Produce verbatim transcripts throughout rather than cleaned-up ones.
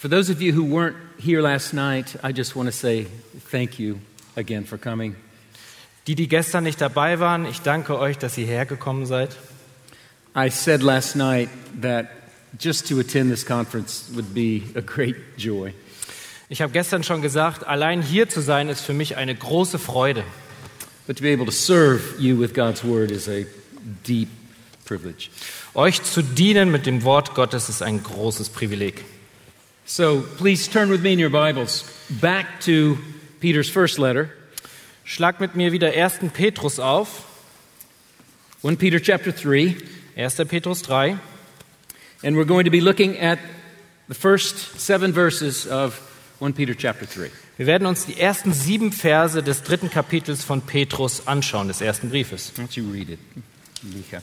For those of you who weren't here last night, I just want to say thank you again for coming. Die, die gestern nicht dabei waren, ich danke euch, dass ihr hergekommen seid. I said last night that just to attend this conference would be a great joy. Ich habe gestern schon gesagt, allein hier zu sein ist für mich eine große Freude. But to be able to serve you with God's word is a deep privilege. Euch zu dienen mit dem Wort Gottes ist ein großes Privileg. So please turn with me in your Bibles back to Peter's first letter. Schlag mit mir wieder ersten Petrus auf. First Peter chapter three. erster Petrus drei. And we're going to be looking at the first seven verses of First Peter chapter three. Wir werden uns die ersten sieben Verse des dritten Kapitels von Petrus anschauen, des ersten Briefes. Why don't you read it, Mika?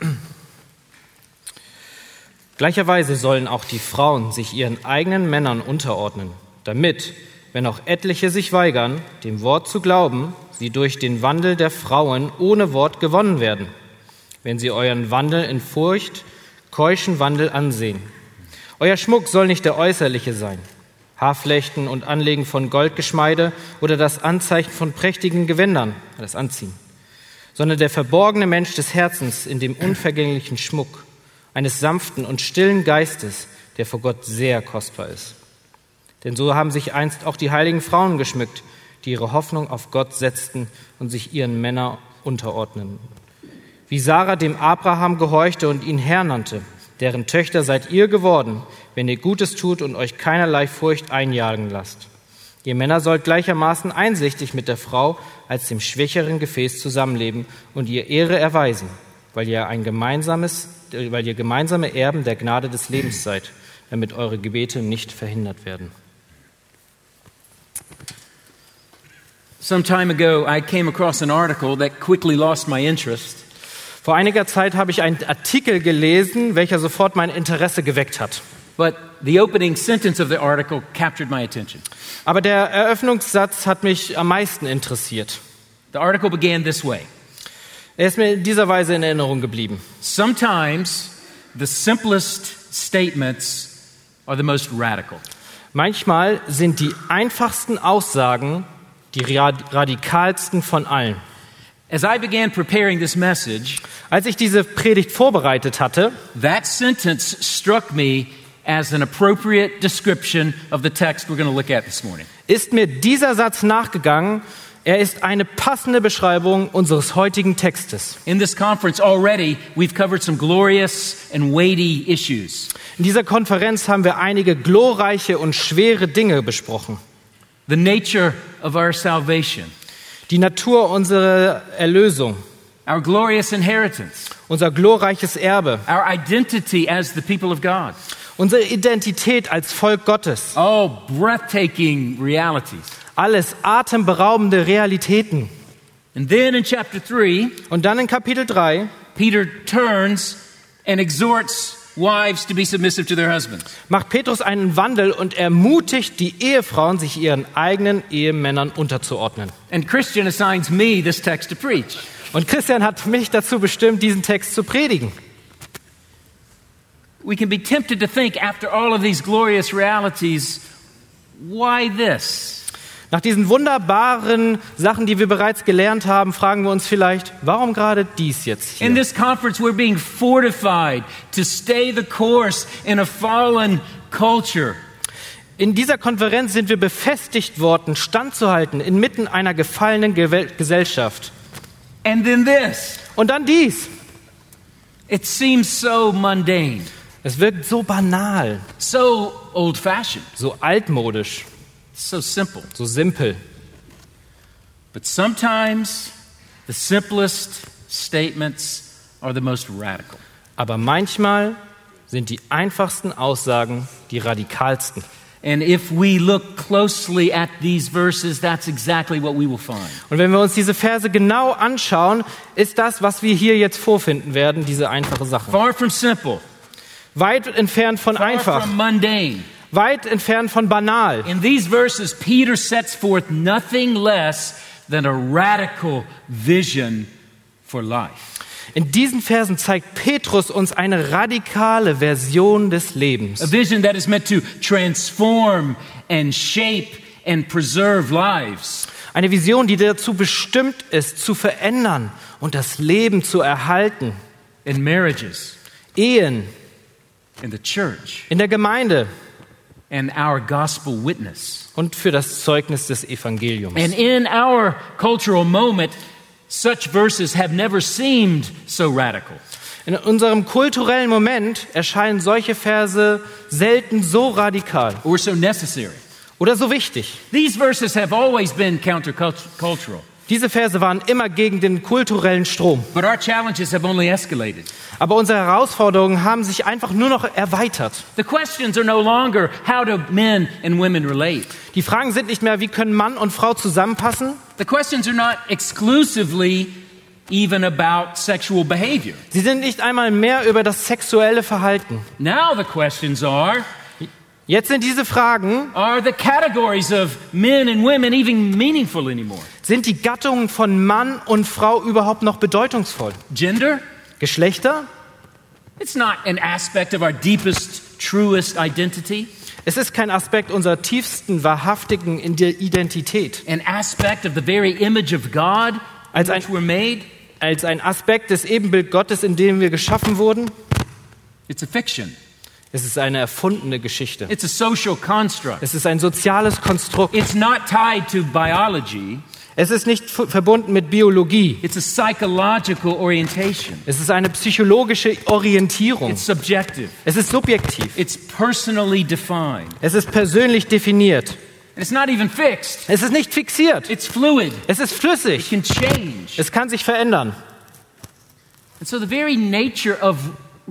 Gleicherweise sollen auch die Frauen sich ihren eigenen Männern unterordnen, damit, wenn auch etliche sich weigern, dem Wort zu glauben, sie durch den Wandel der Frauen ohne Wort gewonnen werden, wenn sie euren Wandel in Furcht, keuschen Wandel ansehen. Euer Schmuck soll nicht der äußerliche sein, Haarflechten und Anlegen von Goldgeschmeide oder das Anzeichen von prächtigen Gewändern, das Anziehen, sondern der verborgene Mensch des Herzens in dem unvergänglichen Schmuck eines sanften und stillen Geistes, der vor Gott sehr kostbar ist. Denn so haben sich einst auch die heiligen Frauen geschmückt, die ihre Hoffnung auf Gott setzten und sich ihren Männern unterordneten. Wie Sarah dem Abraham gehorchte und ihn Herr nannte, deren Töchter seid ihr geworden, wenn ihr Gutes tut und euch keinerlei Furcht einjagen lasst. Ihr Männer sollt gleichermaßen einsichtig mit der Frau als dem schwächeren Gefäß zusammenleben und ihr Ehre erweisen, weil ihr ein gemeinsames, weil ihr gemeinsame Erben der Gnade des Lebens seid, damit eure Gebete nicht verhindert werden. Some time ago, I came across an article that quickly lost my interest. Vor einiger Zeit habe ich einen Artikel gelesen, welcher sofort mein Interesse geweckt hat. But the opening sentence of the article captured my attention. Aber der Eröffnungssatz hat mich am meisten interessiert. The article began this way. Er ist mir in dieser Weise in Erinnerung geblieben. Sometimes the simplest statements are the most radical. Manchmal sind die einfachsten Aussagen die radikalsten von allen. As I began preparing this message, als ich diese Predigt vorbereitet hatte, that sentence struck me as an appropriate description of the text we're going to look at this morning. Ist mir dieser Satz nachgegangen. Er ist eine passende Beschreibung unseres heutigen Textes. In this conference already we've covered some glorious and weighty issues. In dieser Konferenz haben wir einige glorreiche und schwere Dinge besprochen. The nature of our salvation. Die Natur unserer Erlösung. Our glorious inheritance. Unser glorreiches Erbe. Our identity as the people of God. Unsere Identität als Volk Gottes. Oh, breathtaking realities. Alles atemberaubende Realitäten. And then in chapter three, und dann in Kapitel drei, Peter turns and exhorts wives to be submissive to their husbands. Macht Petrus einen Wandel und ermutigt die Ehefrauen, sich ihren eigenen Ehemännern unterzuordnen. And Christian assigns me this text to preach. Und Christian hat mich dazu bestimmt, diesen Text zu predigen. We can be tempted to think, after all of these glorious realities, why this? Nach diesen wunderbaren Sachen, die wir bereits gelernt haben, fragen wir uns vielleicht, warum gerade dies jetzt hier? In this conference we're being fortified to stay the course in a fallen culture. In dieser Konferenz sind wir befestigt worden, standzuhalten inmitten einer gefallenen Ge- Gesellschaft. And then this. Und dann dies. It seems so mundane. Es wirkt so banal. So old-fashioned. So altmodisch. So simple. So simpel. But sometimes the simplest statements are the most radical. Aber manchmal sind die einfachsten Aussagen die radikalsten. And if we look closely at these verses, that's exactly what we will find. Und wenn wir uns diese Verse genau anschauen, ist das, was wir hier jetzt vorfinden werden, diese einfache Sache. Far from simple. Weit entfernt von Far einfach. from mundane. Weit entfernt von banal. In these verses, Peter sets forth nothing less than a radical vision for life. In diesen Versen zeigt Petrus uns eine radikale Version des Lebens. A vision that is meant to transform and shape and preserve lives. Eine Vision, die dazu bestimmt ist, zu verändern und das Leben zu erhalten. In marriages, Ehen, in the church, in der Gemeinde and our gospel witness. und für das Zeugnis des Evangeliums. And in our cultural moment, such verses have never seemed so radical. In unserem kulturellen Moment erscheinen solche Verse selten so radikal Or so necessary. oder so wichtig. These verses have always been countercultural, Diese Verse waren immer gegen den kulturellen Strom. but our challenges have only escalated. Aber unsere Herausforderungen haben sich einfach nur noch erweitert. The questions are no longer how do men and women relate. Die Fragen sind nicht mehr, wie können Mann und Frau zusammenpassen? The questions are not exclusively even about sexual behavior. Sie sind nicht einmal mehr über das sexuelle Verhalten. Now the questions are, Jetzt sind diese Fragen, are the categories of men and women even meaningful anymore? sind die Gattungen von Mann und Frau überhaupt noch bedeutungsvoll? Gender? Geschlechter? It's not an aspect of our deepest, truest identity. Es ist kein Aspekt unserer tiefsten, wahrhaftigen Identität. An aspect of the very image of God in Als ein, which we're made. als ein Aspekt des Ebenbild Gottes, in dem wir geschaffen wurden. It's a fiction. Es ist eine erfundene Geschichte. It's a social construct. Es ist ein soziales Konstrukt. It's not tied to biology. Es ist nicht f- verbunden mit Biologie. It's a psychological orientation. Es ist eine psychologische Orientierung. It's subjective. Es ist subjektiv. It's personally defined. Es ist persönlich definiert. And it's not even fixed. Es ist nicht fixiert. It's fluid. Es ist It flüssig. can change. Es kann sich verändern. And so the very nature of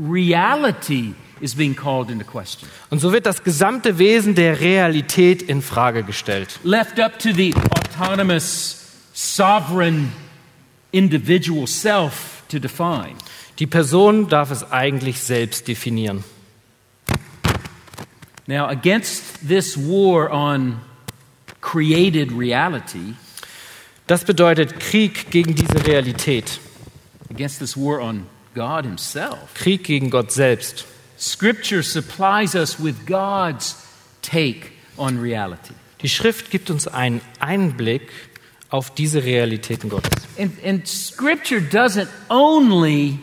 reality is being called into question. Und so wird das gesamte Wesen der Realität in Frage gestellt. Left up to the autonomous, sovereign, individual self to define. Die Person darf es eigentlich selbst definieren. Now, against this war on created reality, Das bedeutet Krieg gegen diese Realität. against this war on God Himself, Krieg gegen Gott selbst. Scripture supplies us with God's take on reality. Die Schrift gibt uns einen Einblick auf diese Realitäten Gottes. And, and Scripture doesn't only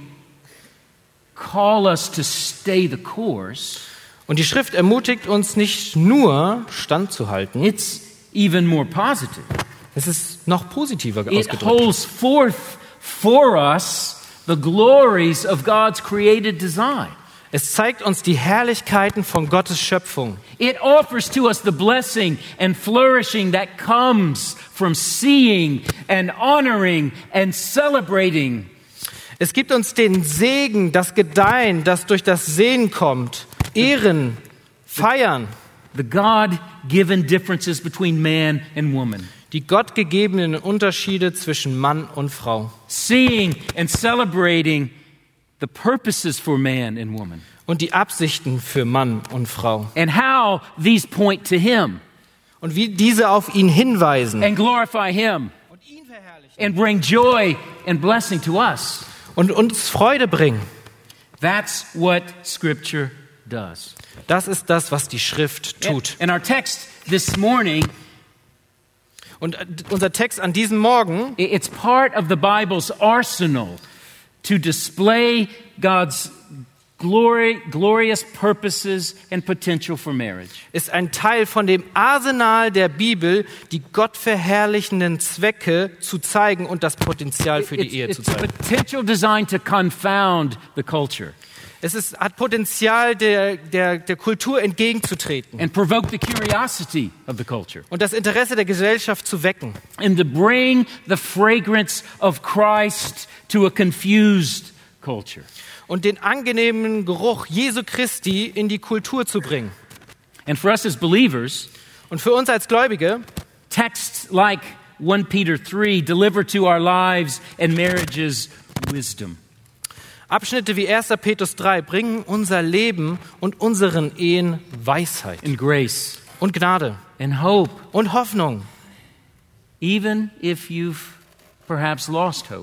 call us to stay the course, Und die Schrift ermutigt uns nicht nur, standzuhalten. it's even more positive. Es ist noch positiver It ausgedrückt. holds forth for us the glories of God's created design. Es zeigt uns die Herrlichkeiten von Gottes Schöpfung. It offers to us the blessing and flourishing that comes from seeing and honoring and celebrating. Es gibt uns den Segen, das Gedeihen, das durch das Sehen kommt, Ehren, Feiern, The God-given differences between man and woman. die gottgegebenen Unterschiede zwischen Mann und Frau. Seeing and celebrating the purposes for man and woman. Und die Absichten für Mann und Frau. And how these point to Him Und wie diese auf ihn hinweisen. and glorify Him and bring joy and blessing to us. Und uns Freude bringen. That's what Scripture does. Das ist das, was die Schrift tut. And our text this morning, Und unser Text an diesem Morgen it's part of the Bible's arsenal to display God's glory, glorious purposes and potential for marriage. ist ein Teil von dem Arsenal der Bibel, die gottverherrlichenden Zwecke zu zeigen und das Potenzial für die It's, Ehe zu it's a zeigen. potential designed to confound the culture Es ist, hat Potenzial, der, der, der Kultur entgegenzutreten and provoke the curiosity of the culture und das Interesse der Gesellschaft zu wecken and to bring the fragrance of Christ to a confused culture. und den angenehmen Geruch Jesu Christi in die Kultur zu bringen. And for us as believers, Und für uns als Gläubige, texts like First Peter three deliver to our lives and marriages wisdom. Abschnitte wie erster Petrus drei bringen unser Leben und unseren Ehen Weisheit And grace und Gnade and hope, und Hoffnung, even if you've perhaps lost hope.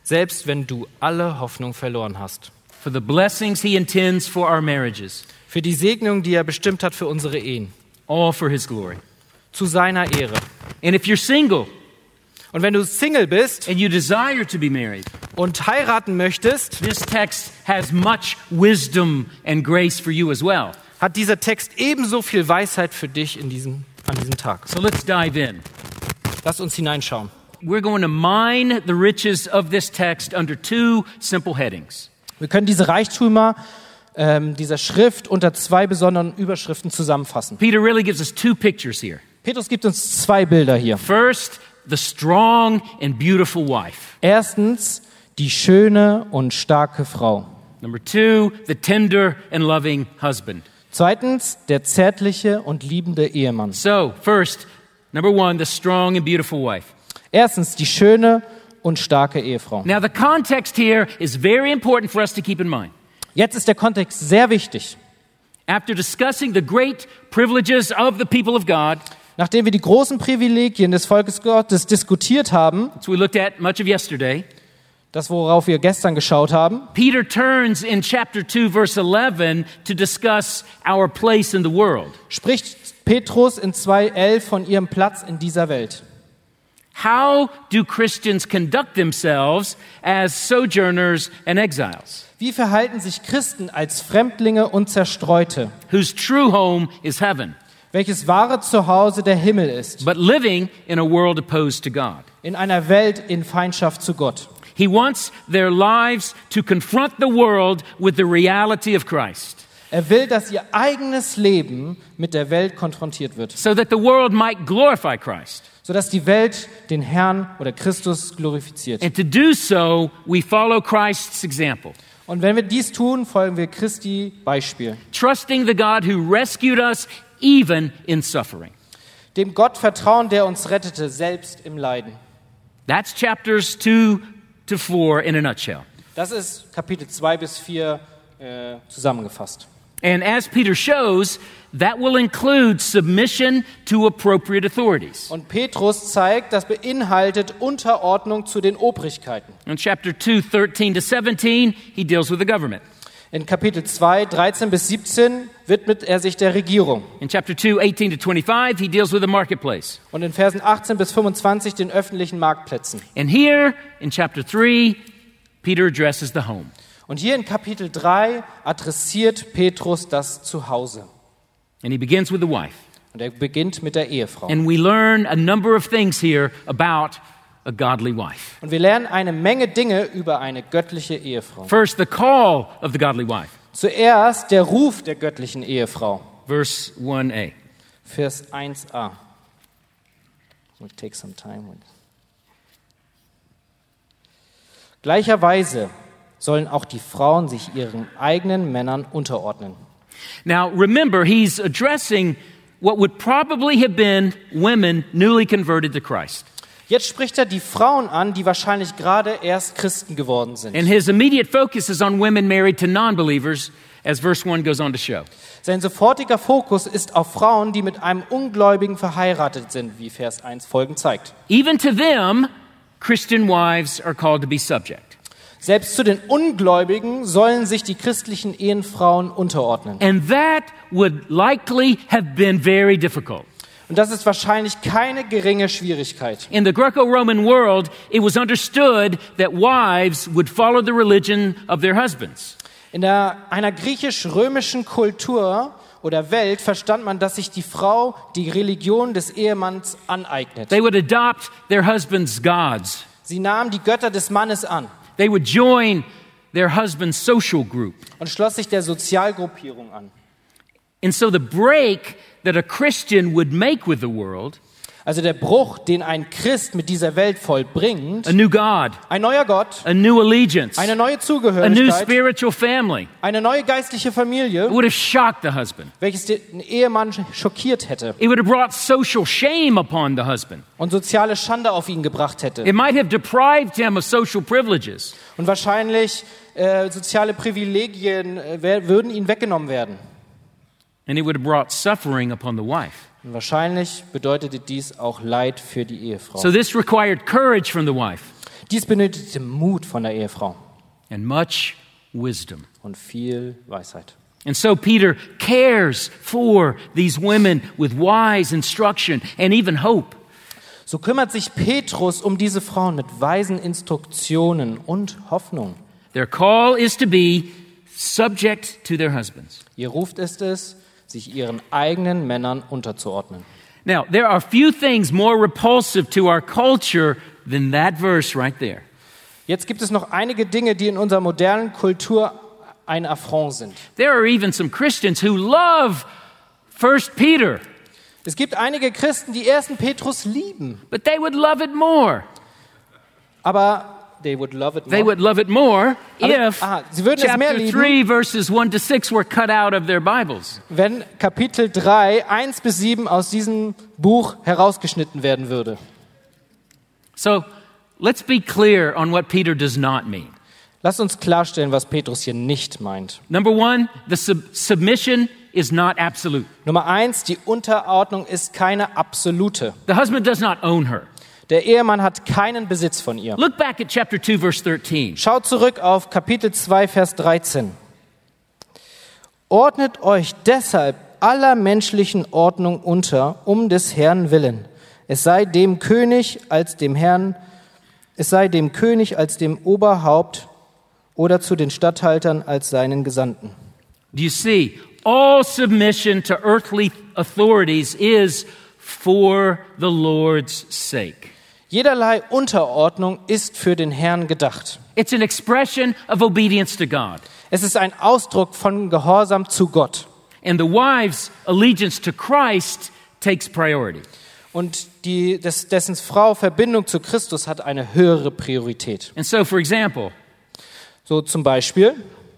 selbst wenn du alle Hoffnung verloren hast. For the blessings he intends for our marriages, Für die Segnung, die er bestimmt hat für unsere Ehen. all for his glory. Zu seiner Ehre. And if you're single Und wenn du Single bist and you desire to be married, und heiraten möchtest, this text has much wisdom and grace for you as well. hat dieser Text ebenso viel Weisheit für dich in diesem, an diesem Tag. So let's dive in. Lass uns hineinschauen. We're going to mine the riches of this text under two simple headings. Wir können diese Reichtümer ähm, dieser Schrift unter zwei besonderen Überschriften zusammenfassen. Peter really gives us two pictures here. Petrus gibt uns zwei Bilder hier. First, the strong and beautiful wife. Erstens die schöne und starke Frau. Number two, the tender and loving husband. Zweitens der zärtliche und liebende Ehemann. So, first, number one, the strong and beautiful wife. Erstens die schöne und starke Ehefrau. Now, the context here is very important for us to keep in mind. Jetzt ist der Kontext sehr wichtig. After discussing the great privileges of the people of God, Nachdem wir die großen Privilegien des Volkes Gottes diskutiert haben, which we looked at much of yesterday, das worauf wir gestern geschaut haben, Peter turns in chapter two, verse eleven, to discuss our place in the world. spricht Petrus in zwei elf von ihrem Platz in dieser Welt. How do Christians conduct themselves as sojourners and exiles, Wie verhalten sich Christen als Fremdlinge und Zerstreute, whose true home is heaven, welches wahre Zuhause der Himmel ist, but living in a world opposed to God? in einer Welt in Feindschaft zu Gott? He wants their lives to confront the world with the reality of Christ, Er will, dass ihr eigenes Leben mit der Welt konfrontiert wird, so that the world might glorify Christ. sodass die Welt den Herrn oder Christus glorifiziert. And to do so, we follow Christ's example, Und wenn wir dies tun, folgen wir Christi Beispiel, trusting the God who rescued us even in suffering. dem Gott vertrauen, der uns rettete, selbst im Leiden. That's chapters two to four in a nutshell. Das ist Kapitel zwei bis vier äh, zusammengefasst. And as Peter shows, that will include submission to appropriate authorities. Und Petrus zeigt, das beinhaltet Unterordnung zu den Obrigkeiten. In chapter two, thirteen to seventeen, he deals with the government. In Kapitel zwei, dreizehn bis siebzehn widmet er sich der Regierung. In chapter two, eighteen to twenty-five, he deals with the marketplace. Und in Versen achtzehn bis fünfundzwanzig den öffentlichen Marktplätzen. And here, in chapter three, Peter addresses the home. Und hier in Kapitel drei adressiert Petrus das Zuhause. And he begins with the wife. Und er beginnt mit der Ehefrau. And we learn a number of things here about a godly wife. Und wir lernen eine Menge Dinge über eine göttliche Ehefrau. First, the call of the godly wife. Zuerst der Ruf der göttlichen Ehefrau. Verse one a. Vers eins a. We'll take some time with. Gleicherweise sollen auch die Frauen sich ihren eigenen Männern unterordnen. Now, remember, he's addressing what would probably have been women newly converted to Christ. Jetzt spricht er die Frauen an, die wahrscheinlich gerade erst Christen geworden sind. And his immediate focus is on women married to non-believers, as verse one goes on to show. Sein sofortiger Fokus ist auf Frauen, die mit einem Ungläubigen verheiratet sind, wie Vers eins folgend zeigt. Even to them, Christian wives are called to be subject. Selbst zu den Ungläubigen sollen sich die christlichen Ehefrauen unterordnen. And that would likely have been very difficult. Und das ist wahrscheinlich keine geringe Schwierigkeit. In the Greco-Roman world, it was understood that wives would follow the religion of their husbands. In der, einer griechisch-römischen Kultur oder Welt verstand man, dass sich die Frau die Religion des Ehemanns aneignet. They would adopt their husband's gods. Sie nahm die Götter des Mannes an They would join their husband's social group. und schloss sich der Sozialgruppierung an. And so the break that a Christian would make with the world, Also der Bruch, den ein Christ mit dieser Welt vollbringt, a new God, ein neuer Gott, a new allegiance, eine neue a new Zugehörigkeit, spiritual family, eine neue geistliche it Familie, would have shocked the husband. welches den Ehemann schockiert hätte It would have brought social shame upon the husband. und soziale Schande auf ihn gebracht hätte. It might have deprived him of social privileges. Und wahrscheinlich äh, soziale Privilegien äh, wer- würden ihm weggenommen werden. And it would have brought suffering upon the wife. Und wahrscheinlich bedeutete dies auch Leid für die Ehefrau. So this required courage from the wife. Dies benötigte Mut von der Ehefrau and much wisdom. und viel Weisheit. And so Peter cares for these women with wise instruction and even hope. So kümmert sich Petrus um diese Frauen mit weisen Instruktionen und Hoffnung. Their call is to be subject to their husbands. Ihr ruft ist es, sich ihren eigenen Männern unterzuordnen. Now, there are few things more repulsive to our culture than that verse right there. Jetzt gibt es noch einige Dinge, die in unserer modernen Kultur ein Affront sind. There are even some Christians who love First Peter, Es gibt einige Christen, die ersten Petrus lieben, but they would love it more. aber they would love it more. They would love it more Aber- if aha, sie würden es mehr chapter lieben. three, verses one to six were cut out of their Bibles. Wenn Kapitel drei, eins bis sieben aus diesem Buch herausgeschnitten werden würde. So let's be clear on what Peter does not mean. Lasst uns klarstellen, was Petrus hier nicht meint. Number one, the sub- submission is not absolute. Nummer eins, die Unterordnung ist keine absolute. The husband does not own her. Der Ehemann hat keinen Besitz von ihr. Look back at chapter two, verse thirteen. Schaut zurück auf Kapitel zwei, Vers dreizehn. Ordnet euch deshalb aller menschlichen Ordnung unter, um des Herrn willen. Es sei dem König als dem Herrn, es sei dem König als dem Oberhaupt oder zu den Statthaltern als seinen Gesandten. Do you see? All submission to earthly authorities is for the Lord's sake. Jederlei Unterordnung ist für den Herrn gedacht. It's an expression of obedience to God. Es ist ein Ausdruck von Gehorsam zu Gott. And the wife's allegiance to Christ takes priority. Und die, des, dessen Frau Verbindung zu Christus hat eine höhere Priorität. And so, for example, So zum Beispiel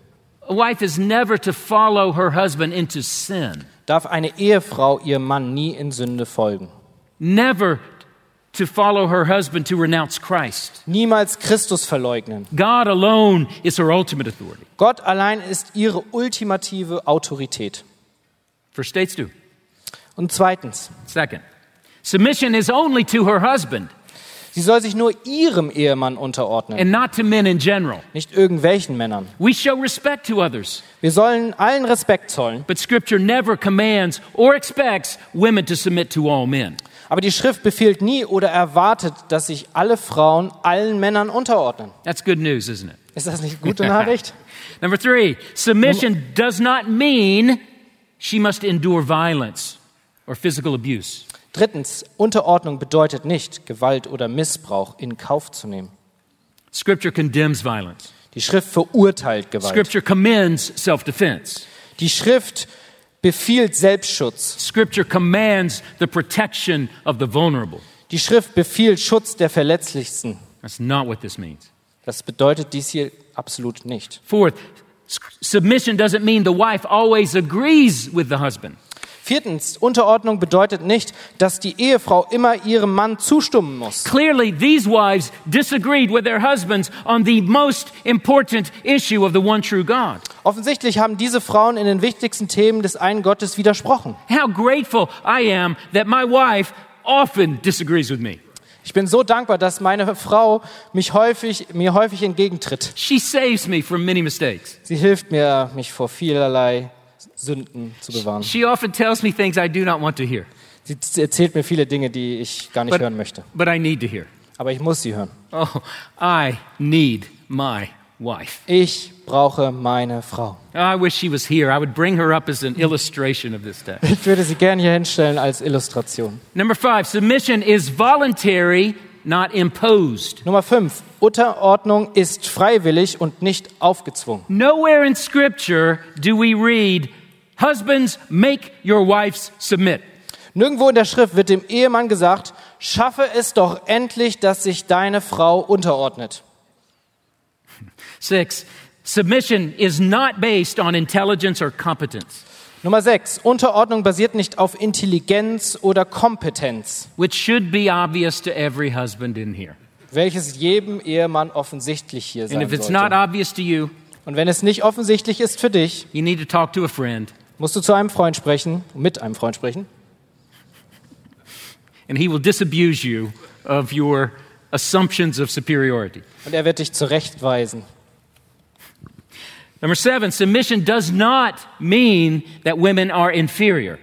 a wife is never to follow her husband into sin. darf eine Ehefrau ihrem Mann nie in Sünde folgen. Never to follow her husband to renounce Christ. Niemals Christus verleugnen. God alone is her ultimate authority. Gott allein ist ihre ultimative Autorität. Verstehst du? Und zweitens, Second, submission is only to her husband sie soll sich nur ihrem Ehemann unterordnen, and not to men in general. nicht irgendwelchen Männern. We show respect to others, Wir sollen allen Respekt zollen, but Scripture never commands or expects women to submit to all men. aber die Schrift befiehlt nie oder erwartet, dass sich alle Frauen allen Männern unterordnen. That's good news, isn't it? Ist das nicht gute Nachricht? Number three, submission does not mean she must endure violence or physical abuse. Drittens, Unterordnung bedeutet nicht, Gewalt oder Missbrauch in Kauf zu nehmen. Scripture condemns violence. Die Schrift verurteilt Gewalt. Scripture commends self-defense. Die Schrift befiehlt Selbstschutz. Scripture commands the protection of the vulnerable. Die Schrift befiehlt Schutz der Verletzlichsten. That's not what this means. Das bedeutet dies hier absolut nicht. Fourth, s- submission doesn't mean the wife always agrees with the husband. Viertens, Unterordnung bedeutet nicht, dass die Ehefrau immer ihrem Mann zustimmen muss. Clearly, these wives disagreed with their husbands on the most important issue of the one true God. Offensichtlich haben diese Frauen in den wichtigsten Themen des einen Gottes widersprochen. How grateful I am that my wife often disagrees with me. Ich bin so dankbar, dass meine Frau mich häufig, mir häufig entgegentritt. She saves me from many mistakes. Sie hilft mir, mich vor vielerlei Sünden zu bewahren. She often tells me things I do not want to hear, Sie erzählt mir viele Dinge, die ich gar nicht but, hören möchte. but I need to hear. Aber ich muss sie hören. Oh, I need my wife. Ich brauche meine Frau. I wish she was here. I would bring her up as an illustration of this text. Ich würde sie gerne hier hinstellen als Illustration. Number five, submission is voluntary, not imposed. Nummer fünf. Unterordnung ist freiwillig und nicht aufgezwungen. Nowhere in Scripture do we read, husbands, make your wives submit. Nirgendwo in der Schrift wird dem Ehemann gesagt, schaffe es doch endlich, dass sich deine Frau unterordnet. Six, submission is not based on intelligence or competence, Nummer sechs. Unterordnung basiert nicht auf Intelligenz oder Kompetenz, which should be obvious to every husband in here. welches jedem Ehemann offensichtlich hier And sein if it's not sollte. obvious to you, Und wenn es nicht offensichtlich ist für dich, you need to talk to a friend, musst du zu einem Freund sprechen, mit einem Freund sprechen, and he will disabuse you of your assumptions of superiority. Und er wird dich zurechtweisen. Number seven, submission does not mean that women are inferior.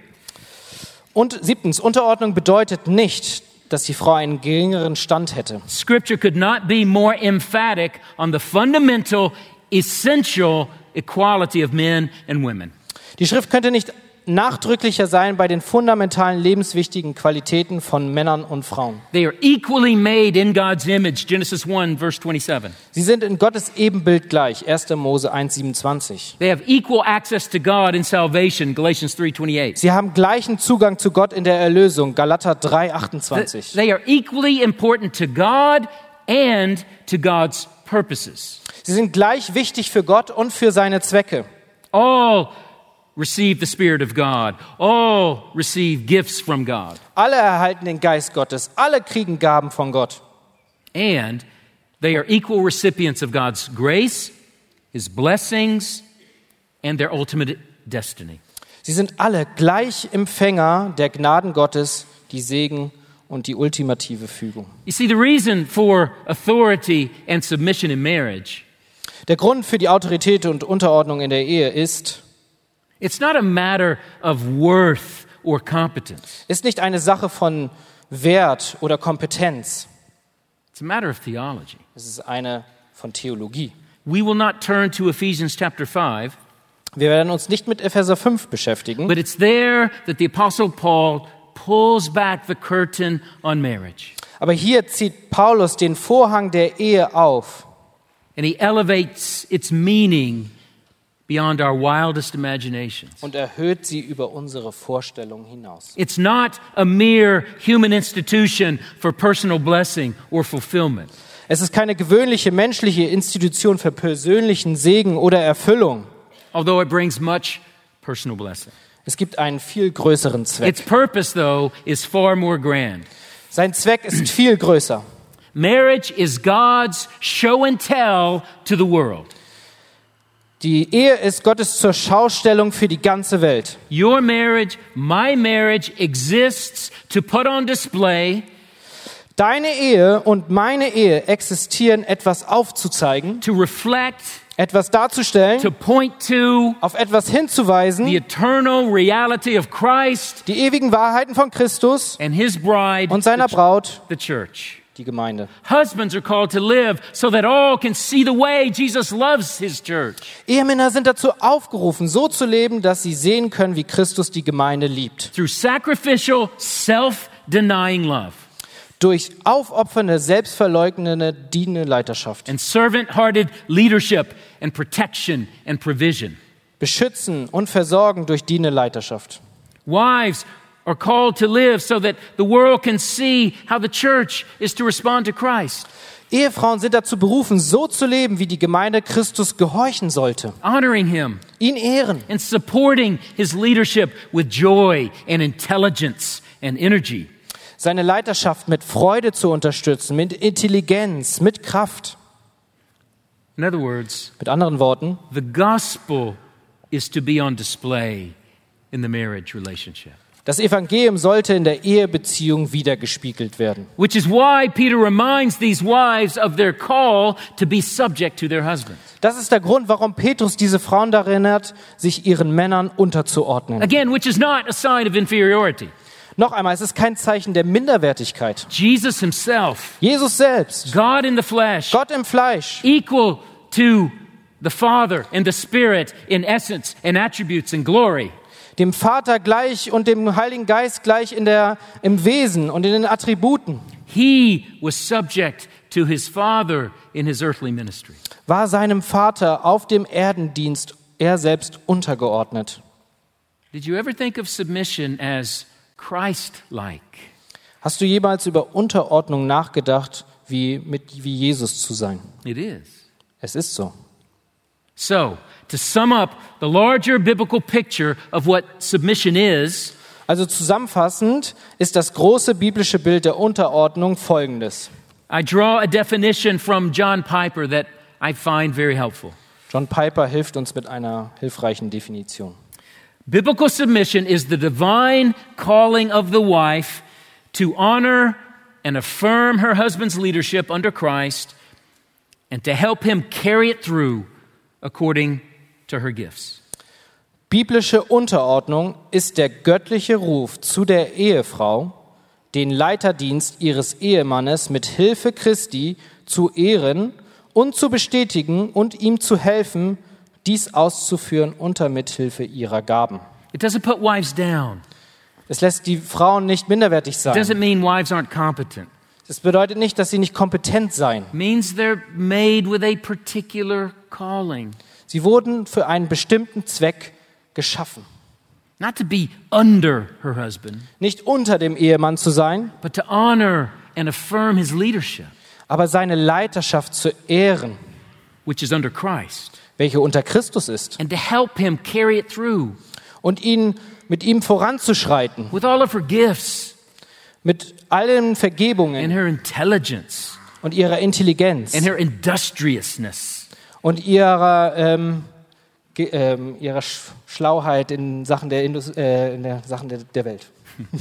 Und siebtens, Unterordnung bedeutet nicht, dass die Frau einen geringeren Stand hätte. Scripture could not be more emphatic on the fundamental, essential equality of men and women. Die Schrift könnte nicht nachdrücklicher sein bei den fundamentalen lebenswichtigen Qualitäten von Männern und Frauen. They are equally made in God's image, Genesis one, verse twenty-seven. Sie sind in Gottes Ebenbild gleich, erster Mose eins siebenundzwanzig. They have equal access to God in salvation, Galatians three twenty-eight. Sie haben gleichen Zugang zu Gott in der Erlösung, Galater drei achtundzwanzig. They are equally important to God and to God's purposes. Sie sind gleich wichtig für Gott und für seine Zwecke. All receive the Spirit of God. All receive gifts from God. Alle erhalten den Geist Gottes. Alle kriegen Gaben von Gott. And they are equal recipients of God's grace, His blessings, and their ultimate destiny. Sie sind alle gleich Empfänger der Gnaden Gottes, die Segen und die ultimative Fügung. You see, the reason for authority and submission in marriage, Der Grund für die Autorität und Unterordnung in der Ehe ist, it's not a matter of worth or competence. ist nicht eine Sache von Wert oder Kompetenz. It's a matter of theology. Es ist eine von Theologie. We will not turn to Ephesians chapter five, Wir werden uns nicht mit Epheser fünf beschäftigen, but it's there that the Apostle Paul pulls back the curtain on marriage. aber hier zieht Paulus den Vorhang der Ehe auf And he elevates its meaning beyond our wildest imaginations. und erhöht sie über unsere Vorstellung hinaus. It's not a mere human institution for personal blessing or fulfillment. Es ist keine gewöhnliche menschliche Institution für persönlichen Segen oder Erfüllung. Although it brings much personal blessing. Es gibt einen viel größeren Zweck. Its purpose, though, is far more grand. Sein Zweck ist viel größer. Marriage is God's show and tell to the world. Die Ehe ist Gottes zur Schaustellung für die ganze Welt. Your marriage, my marriage exists to put on display, Deine Ehe und meine Ehe existieren, etwas aufzuzeigen, to reflect, etwas darzustellen, to point to auf etwas the hinzuweisen, eternal reality of Christ die ewigen Wahrheiten von Christus and His bride, und seiner the, Braut, the church. die Gemeinde. Husbands are called to live so that all can see the way Jesus loves His church. Ehemänner sind dazu aufgerufen, so zu leben, dass sie sehen können, wie Christus die Gemeinde liebt. Through sacrificial, self-denying love Durch aufopfernde, selbstverleugnende, dienende Leiterschaft. and servant-hearted leadership and protection and provision. Beschützen und versorgen durch dienende Leiterschaft. Wives are called to live so that the world can see how the church is to respond to Christ. Ehefrauen sind dazu berufen, so zu leben, wie die Gemeinde Christus gehorchen sollte. Honoring Him Ihn ehren and supporting His leadership with joy and intelligence and energy. seine Leiterschaft mit Freude zu unterstützen, mit Intelligenz, mit Kraft. In other words, Mit anderen Worten, the gospel is to be on display in the marriage relationship. das Evangelium sollte in der Ehebeziehung wiedergespiegelt werden. Which is why Peter reminds these wives of their call to be subject to their husbands. Das ist der Grund, warum Petrus diese Frauen daran erinnert, sich ihren Männern unterzuordnen. Again, which is not a sign of inferiority. Noch einmal, es ist kein Zeichen der Minderwertigkeit. Jesus Himself, Jesus selbst, God in the flesh, Gott im Fleisch, equal to the Father and the Spirit in essence and attributes and glory. dem Vater gleich und dem Heiligen Geist gleich in der, im Wesen und in den Attributen, He was subject to His Father in His earthly ministry. war seinem Vater auf dem Erdendienst er selbst untergeordnet. Did you ever think of submission as Christ-like? Hast du jemals über Unterordnung nachgedacht, wie, mit, wie Jesus zu sein? It is. Es ist so. So, to sum up the larger biblical picture of what submission is, Also zusammenfassend ist das große biblische Bild der Unterordnung folgendes. I draw a definition from John Piper that I find very helpful. John Piper hilft uns mit einer hilfreichen Definition. Biblical submission is the divine calling of the wife to honor and affirm her husband's leadership under Christ and to help him carry it through according to her gifts. Biblische Unterordnung ist der göttliche Ruf zu der Ehefrau, den Leiterdienst ihres Ehemannes mit Hilfe Christi zu ehren und zu bestätigen und ihm zu helfen, dies auszuführen unter Mithilfe ihrer Gaben. It doesn't put wives down. Es lässt die Frauen nicht minderwertig It sein. doesn't mean wives aren't competent. Es bedeutet nicht, dass sie nicht kompetent seien. It means they're made with a particular calling. Sie wurden für einen bestimmten Zweck geschaffen. Not to be under her husband, Nicht unter dem Ehemann zu sein, but to honor and affirm his leadership, aber seine Leiterschaft zu ehren, which is under Christ, welche unter Christus ist, and to help him carry it through und ihn mit ihm voranzuschreiten, with all of her gifts mit allen and Vergebungen her intelligence und ihrer Intelligenz and her industriousness. und ihrer, ähm, ge, ähm, ihrer Sch- Schlauheit in Sachen der, Indus, äh, in der Sachen der, der Welt.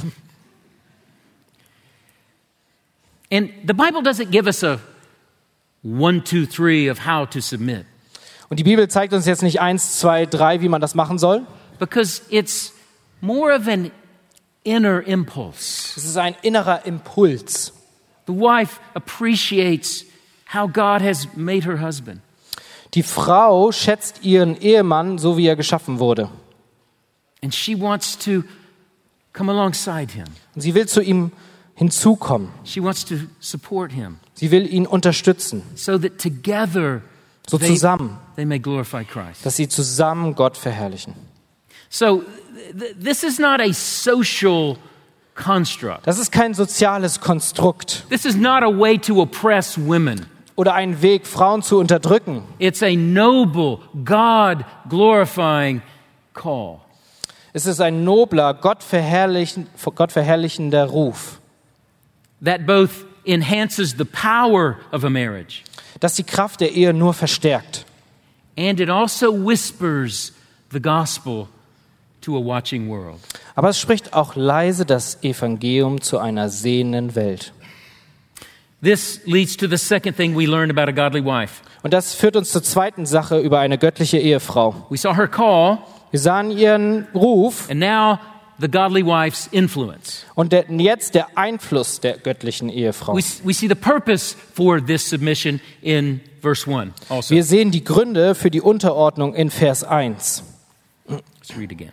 And the Bible doesn't give us a one, two, three of how to submit, Und die Bibel zeigt uns jetzt nicht eins, zwei, drei, wie man das machen soll. because it's more of an inner impulse. Es ist ein innerer Impuls. The wife appreciates how God has made her husband. Die Frau schätzt ihren Ehemann, so wie er geschaffen wurde. And she wants to come alongside him. Und sie will zu ihm hinzukommen. She wants to support him Sie will ihn unterstützen, so that together so they, zusammen, they may glorify Christ. dass sie zusammen Gott verherrlichen. So th- this is not a social construct. Das ist kein soziales Konstrukt This is not a way to oppress women. oder ein Weg, Frauen zu unterdrücken. It's a noble, God-glorifying call. Es ist ein nobler, Gott verherrlichen, Gott verherrlichender Ruf, that both enhances the power of a marriage das die Kraft der Ehe nur verstärkt. and it also whispers the gospel to a watching world. Aber es spricht auch leise das Evangelium zu einer sehenden Welt. This leads to the second thing we learned about a godly wife. Und das führt uns zur zweiten Sache über eine göttliche Ehefrau. We saw her call, Wir sahen ihren Ruf and now the godly wife's influence. und der, jetzt der Einfluss der göttlichen Ehefrau. We, we see the purpose for this submission in verse one also. Wir sehen die Gründe für die Unterordnung in Vers eins. Let's read again.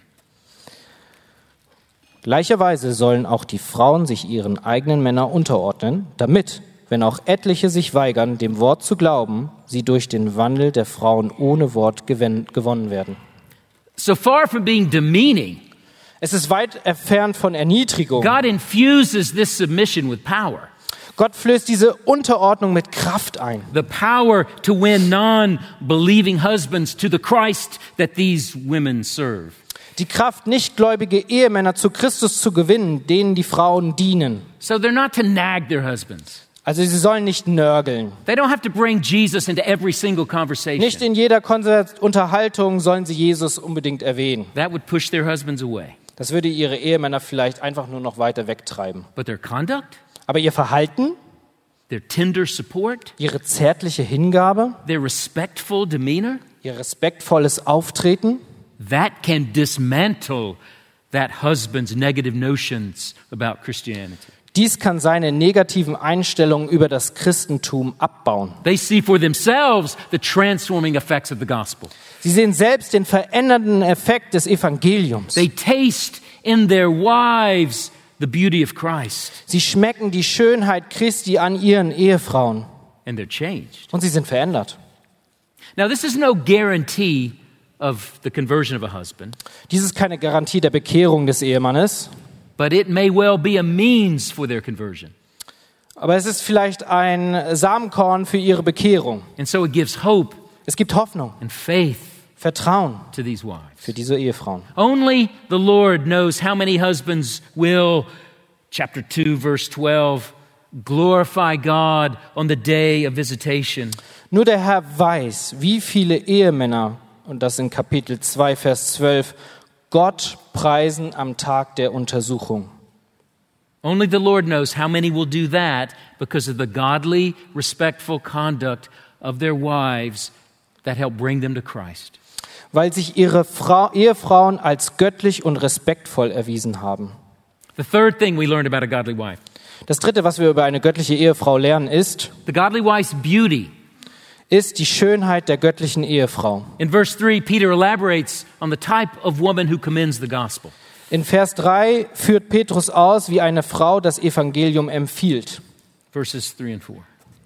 Gleicherweise sollen auch die Frauen sich ihren eigenen Männern unterordnen, damit, wenn auch etliche sich weigern, dem Wort zu glauben, sie durch den Wandel der Frauen ohne Wort gewen- gewonnen werden. So far from being demeaning, Es ist weit entfernt von Erniedrigung. God infuses this submission with power. Gott flößt diese Unterordnung mit Kraft ein. The power to win non-believing husbands to the Christ that these women serve. Die Kraft, nichtgläubige Ehemänner zu Christus zu gewinnen, denen die Frauen dienen. So they're not to nag their husbands. Also sie sollen nicht nörgeln. They don't have to bring Jesus into every single Nicht conversation. in jeder Konser- Unterhaltung sollen sie Jesus unbedingt erwähnen. That would push their husbands away. Das würde ihre Ehemänner vielleicht einfach nur noch weiter wegtreiben. But their conduct, Aber ihr Verhalten, their tender support, ihre zärtliche Hingabe, their respectful demeanor, ihr respektvolles Auftreten, that can dismantle that husband's negative notions about Christianity. dies kann seine negativen Einstellungen über das Christentum abbauen. They see for themselves the transforming effects of the gospel. Sie sehen selbst den verändernden Effekt des Evangeliums. They taste in their wives the beauty of Christ, Sie schmecken die Schönheit Christi an ihren Ehefrauen and they're changed. und sie sind verändert. Now, this is no guarantee of the conversion of a husband, Dies ist keine Garantie der Bekehrung des Ehemannes, but it may well be a means for their conversion. aber es ist vielleicht ein Samenkorn für ihre Bekehrung. And so it gives hope Es gibt Hoffnung, and faith Vertrauen to these wives. für diese Ehefrauen. Only the Lord knows how many husbands will, chapter two, verse twelve, glorify God on the day of visitation. Nur der Herr weiß, wie viele Ehemänner, und das in Kapitel zwei, Vers zwölf, Gott preisen am Tag der Untersuchung. Only the Lord knows how many will do that because of the godly, respectful conduct of their wives that help bring them to Christ. Weil sich ihre Frau, Ehefrauen als göttlich und respektvoll erwiesen haben. The third thing we learned about a godly wife. Das dritte, was wir über eine göttliche Ehefrau lernen, ist, The godly wife's beauty. ist die Schönheit der göttlichen Ehefrau. In verse three, Peter elaborates on the type of woman who commends the gospel. In Vers drei führt Petrus aus, wie eine Frau das Evangelium empfiehlt. Verses three and four.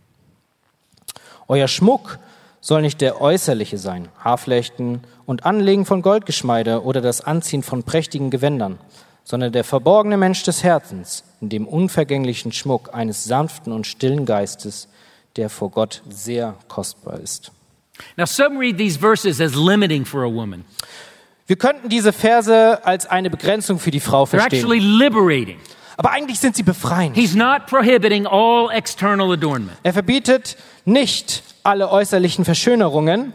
Euer Schmuck soll nicht der äußerliche sein, Haarflechten und Anlegen von Goldgeschmeide oder das Anziehen von prächtigen Gewändern, sondern der verborgene Mensch des Herzens, in dem unvergänglichen Schmuck eines sanften und stillen Geistes, der vor Gott sehr kostbar ist. Now, some read these verses as limiting for a woman. Wir könnten diese Verse als eine Begrenzung für die Frau They're actually verstehen. liberating. Aber eigentlich sind sie befreiend. He's not prohibiting all external adornment. Er verbietet nicht alle äußerlichen Verschönerungen.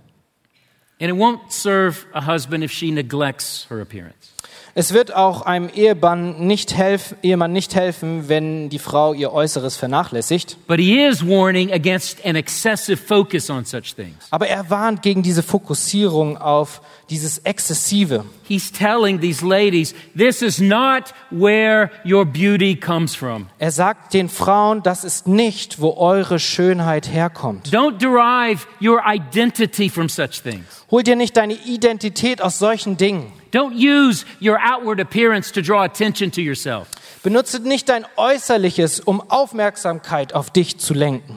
And it won't serve a husband if she neglects her appearance. Es wird auch einem Ehemann nicht, helf, Ehemann nicht helfen, wenn die Frau ihr Äußeres vernachlässigt. But he is warning against an excessive focus on such things. Aber er warnt gegen diese Fokussierung auf dieses Exzessive. He's telling these ladies, this is not where your beauty comes from. Er sagt den Frauen, das ist nicht, wo eure Schönheit herkommt. Don't derive your identity from such things. Hol dir nicht deine Identität aus solchen Dingen. Don't use your outward appearance to draw attention to yourself. Benutze nicht dein Äußerliches, um Aufmerksamkeit auf dich zu lenken.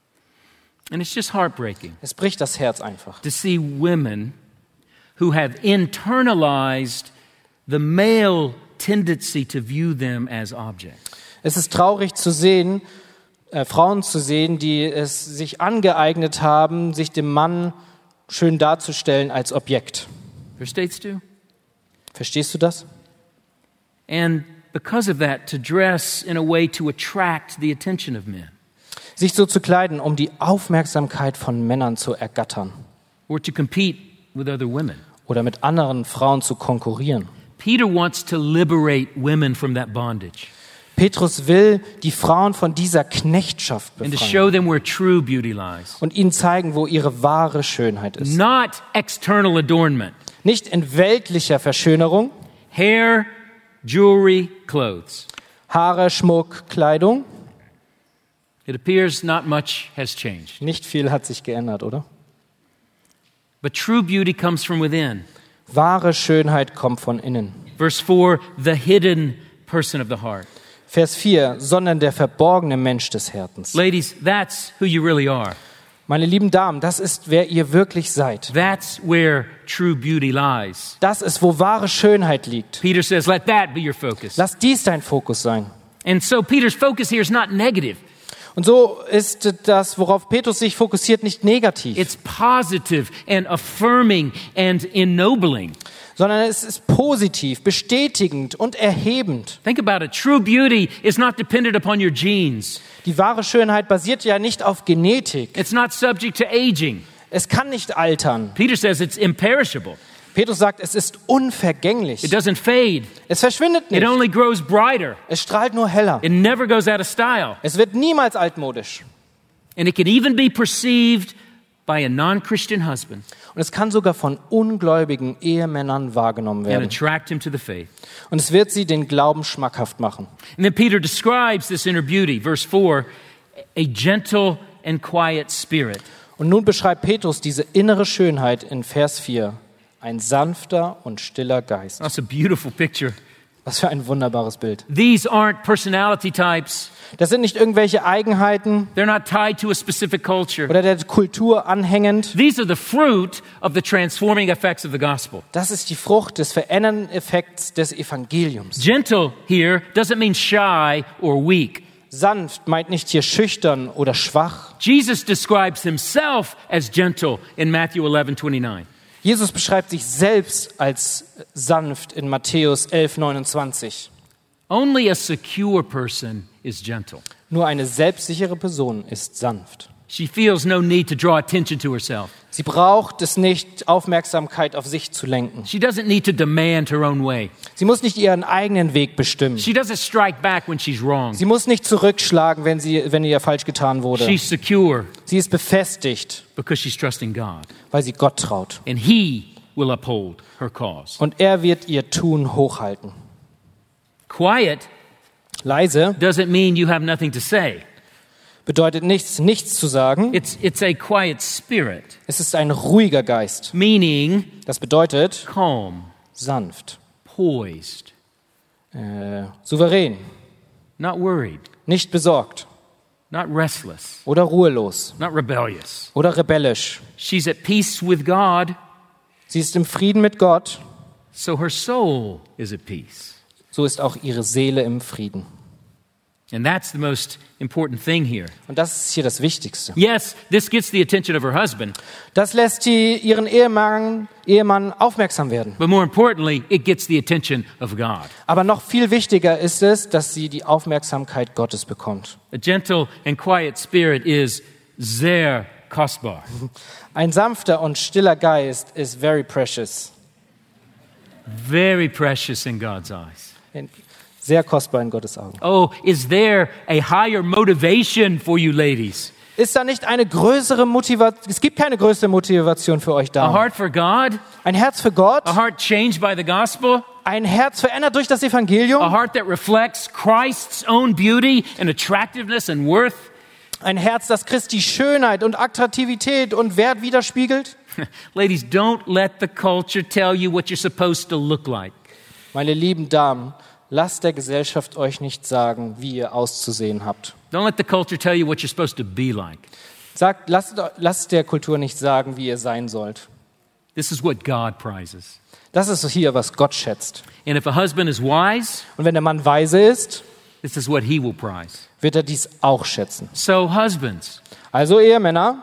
And it's just heartbreaking Es bricht das Herz einfach. to see women who have internalized the male tendency to view them as objects. Es ist traurig zu sehen, äh, Frauen zu sehen, die es sich angeeignet haben, sich dem Mann schön darzustellen als Objekt. Verstehst du? Verstehst du das? And because of that, to dress in a way to attract the attention of men, Sich so zu kleiden, um die Aufmerksamkeit von Männern zu ergattern or to compete with other women. oder mit anderen Frauen zu konkurrieren. Peter wants to liberate women from that bondage Petrus will die Frauen von dieser Knechtschaft and to befreien show them where true beauty lies. und ihnen zeigen, wo ihre wahre Schönheit ist. Not external adornment, Nicht in weltlicher Verschönerung, hair, jewelry, clothes. Haare, Schmuck, Kleidung. It appears not much has changed. Nicht viel hat sich geändert, oder? But true beauty comes from within. Wahre Schönheit kommt von innen. Verse four, the hidden person of the heart. Vers vier, sondern der verborgene Mensch des Herzens. Ladies, that's who you really are. Meine lieben Damen, das ist, wer ihr wirklich seid. That's where true beauty lies. Das ist, wo wahre Schönheit liegt. Peter says, let that be your focus. Lass dies dein Fokus sein. And so Peter's focus here is not negative. Und so ist das, worauf Petrus sich fokussiert, nicht negativ, It's positive and affirming and ennobling. sondern es ist positiv, bestätigend und erhebend. Think about it. True beauty is not dependent upon your genes. Die wahre Schönheit basiert ja nicht auf Genetik. It's not subject to aging. Es kann nicht altern. Peter says it's imperishable. Petrus sagt, es ist unvergänglich. It doesn't fade. Es verschwindet It nicht. only grows brighter. Es strahlt nur heller. It never goes out of style. Es wird niemals altmodisch. And it can even be perceived by a non-Christian husband Und es kann sogar von ungläubigen Ehemännern wahrgenommen and werden. attract him to the faith. Und es wird sie den Glauben schmackhaft machen. And then Peter describes this inner beauty, verse four, a gentle and quiet spirit. Und nun beschreibt Petrus diese innere Schönheit in Vers vier. Ein sanfter und stiller Geist. That's a beautiful picture. Was für ein wunderbares Bild. These aren't personality types. Das sind nicht irgendwelche Eigenheiten They're not tied to a specific culture. oder der Kultur anhängend. These are the fruit of the transforming effects of the gospel. Das ist die Frucht des verändernden Effekts des Evangeliums. Gentle here doesn't mean shy or weak. Sanft meint nicht hier schüchtern oder schwach. Jesus describes himself as gentle in Matthew eleven twenty-nine. Jesus beschreibt sich selbst als sanft in Matthäus elf neunundzwanzig. Only a secure person is gentle. Nur eine selbstsichere Person ist sanft. She feels no need to draw attention to herself. Sie braucht es nicht, Aufmerksamkeit auf sich zu lenken. She doesn't need to demand her own way. Sie muss nicht ihren eigenen Weg bestimmen. She doesn't strike back when she's wrong. Sie muss nicht zurückschlagen, wenn, sie, wenn ihr falsch getan wurde. She's secure Sie ist befestigt, because she's trusting God. weil sie Gott traut. And He will uphold her cause. Und er wird ihr Tun hochhalten. Quiet Leise doesn't mean you have nothing to say. bedeutet nichts, nichts zu sagen. It's, it's a quiet spirit, Es ist ein ruhiger Geist. meaning Das bedeutet calm, sanft, poised, äh, souverän, not worried, nicht besorgt not restless, oder ruhelos not rebellious. oder rebellisch. She's at peace with God, Sie ist im Frieden mit Gott, so her soul is at peace. so ist auch ihre Seele im Frieden. And that's the most important thing here. Und das ist hier das Wichtigste. Yes, this gets the attention of her husband, Das lässt die, ihren Ehemann, Ehemann aufmerksam werden. but more importantly, it gets the attention of God. Aber noch viel wichtiger ist es, dass sie die Aufmerksamkeit Gottes bekommt. A gentle and quiet spirit is sehr kostbar. Ein sanfter und stiller Geist ist very precious, Very precious in God's eyes. sehr kostbar in Gottes Augen. Oh, is there a higher motivation for you ladies? Ist da nicht eine größere Motivation? Es gibt keine größere Motivation für euch A da. heart for God? Ein Herz für Gott, A heart changed by the gospel? ein Herz verändert durch das A Evangelium, heart that reflects Christ's own beauty and attractiveness and worth? ein Herz, das Christi Schönheit und Attraktivität und Wert widerspiegelt. Ladies, don't let the culture tell you what you're supposed to look like. Meine lieben Damen, lasst der Gesellschaft euch nicht sagen, wie ihr auszusehen habt. Don't let the culture tell you what you're supposed to be like. Sagt, lasst, lasst der Kultur nicht sagen, wie ihr sein sollt. This is what God prizes. Das ist hier, was Gott schätzt. And if a husband is wise, Und wenn der Mann weise ist, this is what he will prize. wird er dies auch schätzen. So, husbands, Also Ehemänner,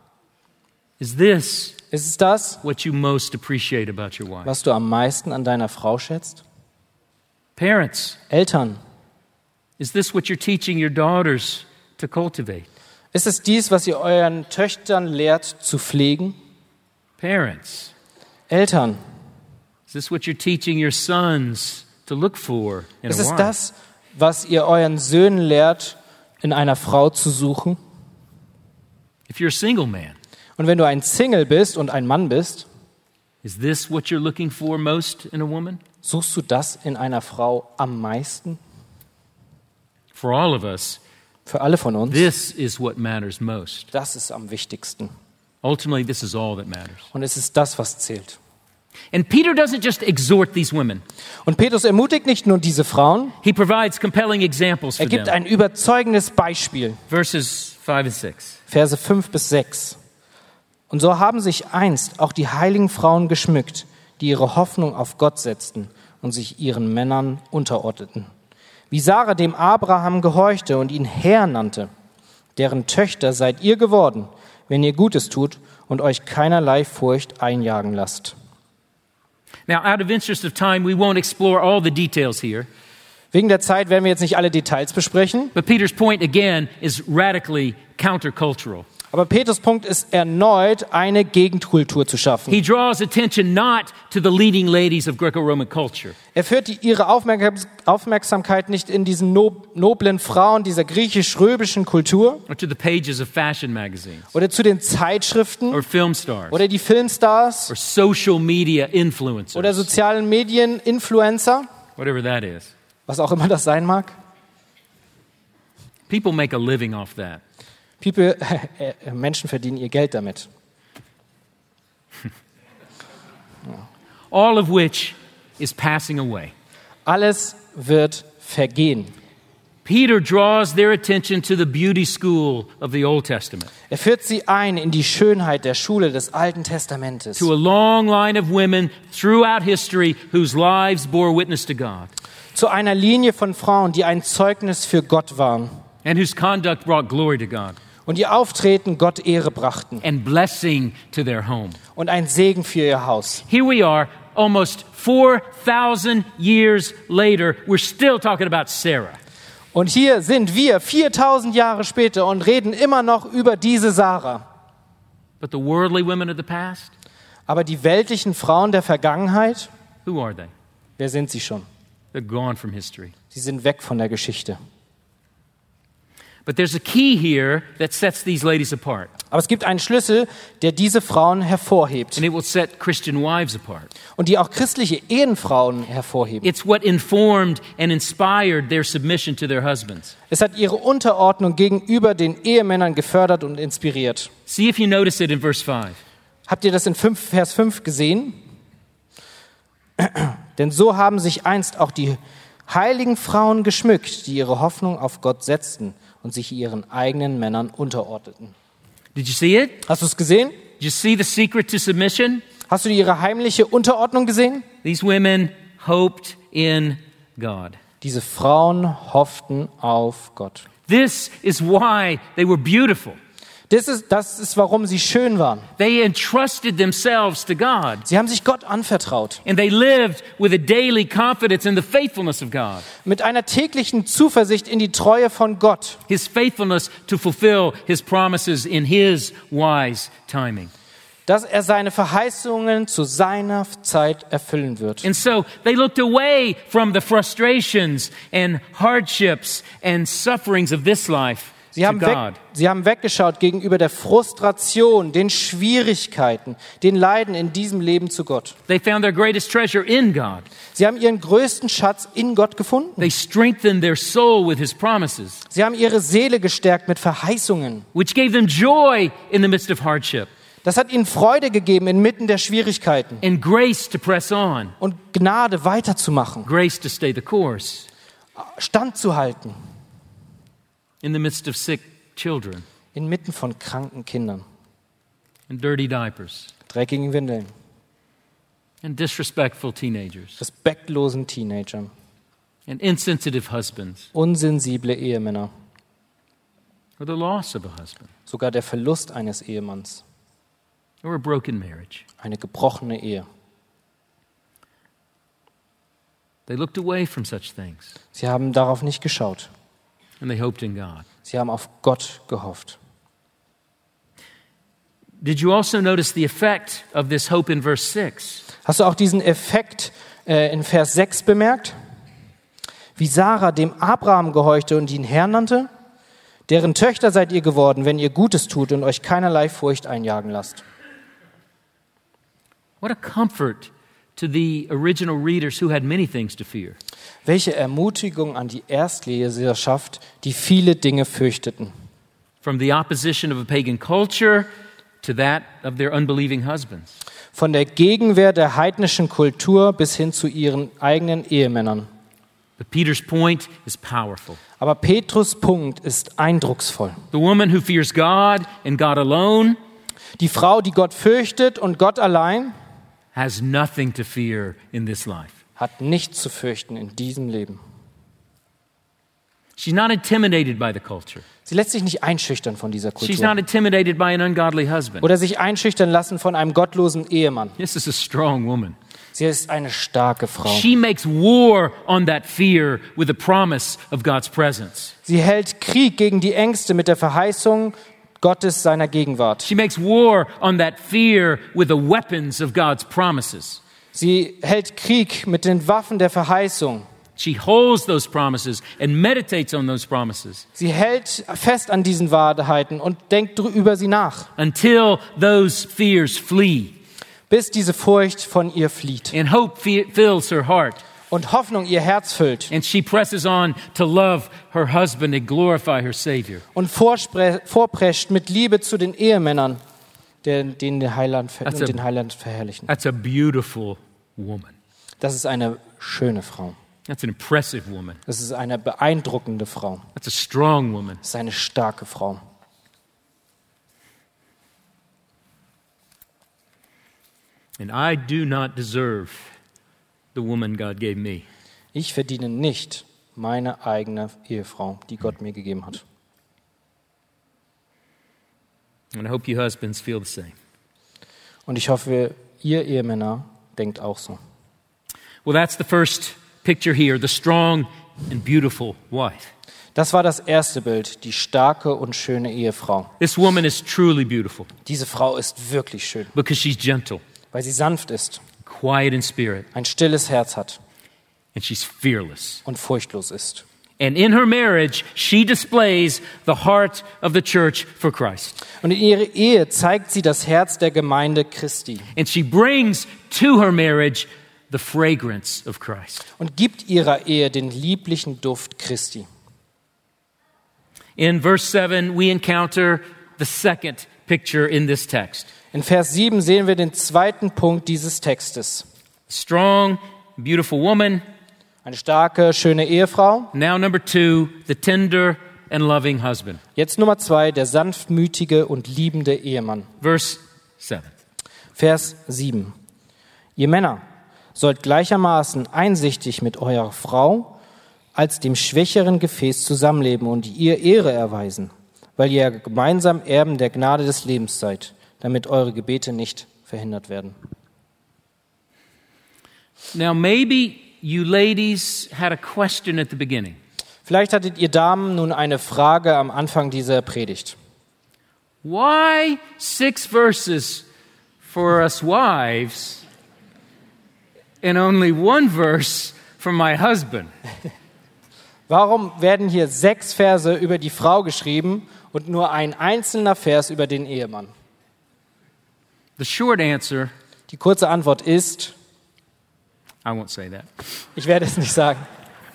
is this ist es das, what you most appreciate about your wife? was du am meisten an deiner Frau schätzt? Parents, Eltern, is this what you're teaching your daughters to cultivate? ist es dies, was ihr euren Töchtern lehrt zu pflegen? Parents, Eltern, is this what you're teaching your sons to look for in ist a es wife? das, was ihr euren Söhnen lehrt, in einer Frau zu suchen? If you're a single man, Und wenn du ein Single bist und ein Mann bist, is this what you're looking for most in a woman? suchst du das in einer Frau am meisten? For all of us, Für alle von uns, this is what matters most. das ist am wichtigsten. Ultimately, this is all that matters. Und es ist das, was zählt. And Peter doesn't just exhort these women. Und Petrus ermutigt nicht nur diese Frauen, He provides compelling examples for er gibt them. ein überzeugendes Beispiel. Verses five and six. Verse fünf bis sechs. Und so haben sich einst auch die heiligen Frauen geschmückt, die ihre Hoffnung auf Gott setzten und sich ihren Männern unterordneten. Wie Sarah dem Abraham gehorchte und ihn Herr nannte, deren Töchter seid ihr geworden, wenn ihr Gutes tut und euch keinerlei Furcht einjagen lasst. Now, out of interest of time, we won't explore all the details here. Wegen der Zeit werden wir jetzt nicht alle Details besprechen, But Peter's point again is radically countercultural. aber Petrus Punkt ist erneut, eine Gegenkultur zu schaffen. He draws attention not to the leading ladies of Greco-Roman culture, Er führt die, ihre Aufmerksam- Aufmerksamkeit nicht in diesen nob, noblen Frauen dieser griechisch-römischen Kultur or to the pages of fashion magazines, oder zu den Zeitschriften or film stars, oder die Filmstars or social media influencers, oder sozialen Medien, Influencer, whatever that is. was auch immer das sein mag. People make a living off that. People, äh, Menschen verdienen ihr Geld damit. All of which is passing away. Alles wird vergehen. Peter draws their attention to the beauty school of the Old Testament, Er führt sie ein in die Schönheit der Schule des Alten Testamentes. to a long line of women throughout history whose lives bore witness to God Zu einer Linie von Frauen, die ein Zeugnis für Gott waren and whose conduct brought glory to God und ihr Auftreten Gott Ehre brachten and blessing to their home. und ein Segen für ihr Haus. Here we are, almost four thousand years later, we're still talking about Sarah. Und hier sind wir viertausend Jahre später und reden immer noch über diese Sarah. But the worldly women of the past, Aber die weltlichen Frauen der Vergangenheit, who are they? wer sind sie schon? They're gone from history. Sie sind weg von der Geschichte. But there's a key here that sets these ladies apart. Aber es gibt einen Schlüssel, der diese Frauen hervorhebt And it will set Christian wives apart. und die auch christliche Ehenfrauen hervorhebt. It's what informed and inspired their submission to their husbands. Es hat ihre Unterordnung gegenüber den Ehemännern gefördert und inspiriert. See if you notice it in verse five. Habt ihr das in fünf, Vers fünf gesehen? Denn so haben sich einst auch die heiligen Frauen geschmückt, die ihre Hoffnung auf Gott setzten und sich ihren eigenen Männern unterordneten. Did you see it? Hast du es gesehen? Did you see the secret to submission? Hast du ihre heimliche Unterordnung gesehen? These women hoped in God. Diese Frauen hofften auf Gott. This is why they were beautiful. Das ist, das ist, warum sie schön waren. They entrusted themselves to God. Sie haben sich Gott anvertraut. And they lived with a daily confidence in the faithfulness of God. Mit einer täglichen Zuversicht in die Treue von Gott. His faithfulness to fulfill His promises in His wise timing. Dass er seine Verheißungen zu seiner Zeit erfüllen wird. And so they looked away from the frustrations and hardships and sufferings of this life Sie to haben, weg, God. sie haben weggeschaut gegenüber der Frustration, den Schwierigkeiten, den Leiden in diesem Leben zu Gott. They found their greatest treasure in God. Sie haben ihren größten Schatz in Gott gefunden. They strengthened their soul with His promises, Sie haben ihre Seele gestärkt mit Verheißungen. which gave them joy in the midst of hardship Das hat ihnen Freude gegeben inmitten der Schwierigkeiten and grace to press on, und Gnade weiterzumachen, grace to stay the course standzuhalten in the midst of sick children inmitten von kranken Kindern, and dirty diapers dreckigen Windeln, and disrespectful teenagers respektlosen Teenagern, and insensitive husbands unsensible Ehemänner, or the loss of a husband sogar der Verlust eines Ehemanns, or a broken marriage. eine gebrochene Ehe. They looked away from such things Sie haben darauf nicht geschaut. and they hoped in God. Sie haben auf Gott gehofft. Did you also notice the effect of this hope in verse six? Hast du auch diesen Effekt äh, in Vers sechs bemerkt? Wie Sarah dem Abraham gehorchte und ihn Herr nannte? Deren Töchter seid ihr geworden, wenn ihr Gutes tut und euch keinerlei Furcht einjagen lasst. What a comfort to the original readers who had many things to fear. Welche Ermutigung an die Erstleserschaft, die viele Dinge fürchteten. From the opposition of a pagan culture to that of their unbelieving husbands. Von der Gegenwehr der heidnischen Kultur bis hin zu ihren eigenen Ehemännern. But Peter's point is powerful. Aber Petrus' Punkt ist eindrucksvoll. The woman who fears God and God alone Die Frau, die Gott fürchtet und Gott allein, has nothing to fear in this life. hat nichts zu fürchten in diesem Leben. She's not intimidated by the culture. Sie lässt sich nicht einschüchtern von dieser She's Kultur not intimidated by an ungodly husband. oder sich einschüchtern lassen von einem gottlosen Ehemann. This is a strong woman. Sie ist eine starke Frau. She makes war on that fear with the promise of God's presence. Sie hält Krieg gegen die Ängste mit der Verheißung Gottes seiner Gegenwart. She makes war on that fear with the weapons of God's promises. Sie hält Krieg mit den Waffen der Verheißung. She holds those promises and meditates on those promises Sie hält fest an diesen Wahrheiten und denkt drü- über sie nach, until those fears flee bis diese Furcht von ihr flieht and hope fe- fills her heart. und Hoffnung ihr Herz füllt And she presses on to love her husband and glorify her Savior. und vorspre- vorprescht mit Liebe zu den Ehemännern, den, den den Heiland, ver- That's und a- den Heiland verherrlichen. That's a beautiful woman. Das ist eine schöne Frau. That's an impressive woman. Das ist eine beeindruckende Frau. That's a strong woman. Das ist eine starke Frau. And I do not deserve the woman God gave me. Ich verdiene nicht meine eigene Ehefrau, die Gott mir gegeben hat. And I hope you husbands feel the same. Und ich hoffe, ihr Ehemänner denkt auch so. Well, that's the first picture here, the strong and beautiful wife. Das war das erste Bild, die starke und schöne Ehefrau. This woman is truly beautiful Diese Frau ist wirklich schön, because she's gentle, weil sie sanft ist, quiet in spirit, ein stilles Herz hat and she's fearless. und furchtlos ist. And in her marriage, she displays the heart of the church for Christ. Und in ihrer Ehe zeigt sie das Herz der Gemeinde Christi And she brings to her marriage the fragrance of Christ. und gibt ihrer Ehe den lieblichen Duft Christi. In verse seven, we encounter the second picture in this text. In Vers sieben sehen wir den zweiten Punkt dieses Textes. Strong, beautiful woman. Eine starke, schöne Ehefrau. Now number two, the tender and loving husband. Jetzt Nummer zwei, der sanftmütige und liebende Ehemann. Verse seven. Vers sieben. Ihr Männer sollt gleichermaßen einsichtig mit eurer Frau als dem schwächeren Gefäß zusammenleben und ihr Ehre erweisen, weil ihr gemeinsam Erben der Gnade des Lebens seid, damit eure Gebete nicht verhindert werden. Now maybe you ladies had a question at the beginning. Vielleicht hattet ihr Damen nun eine Frage am Anfang dieser Predigt. Why six verses for us wives and only one verse for my husband? Warum werden hier sechs Verse über die Frau geschrieben und nur ein einzelner Vers über den Ehemann? The short answer, Die kurze Antwort ist, I won't say that. ich werde es nicht sagen.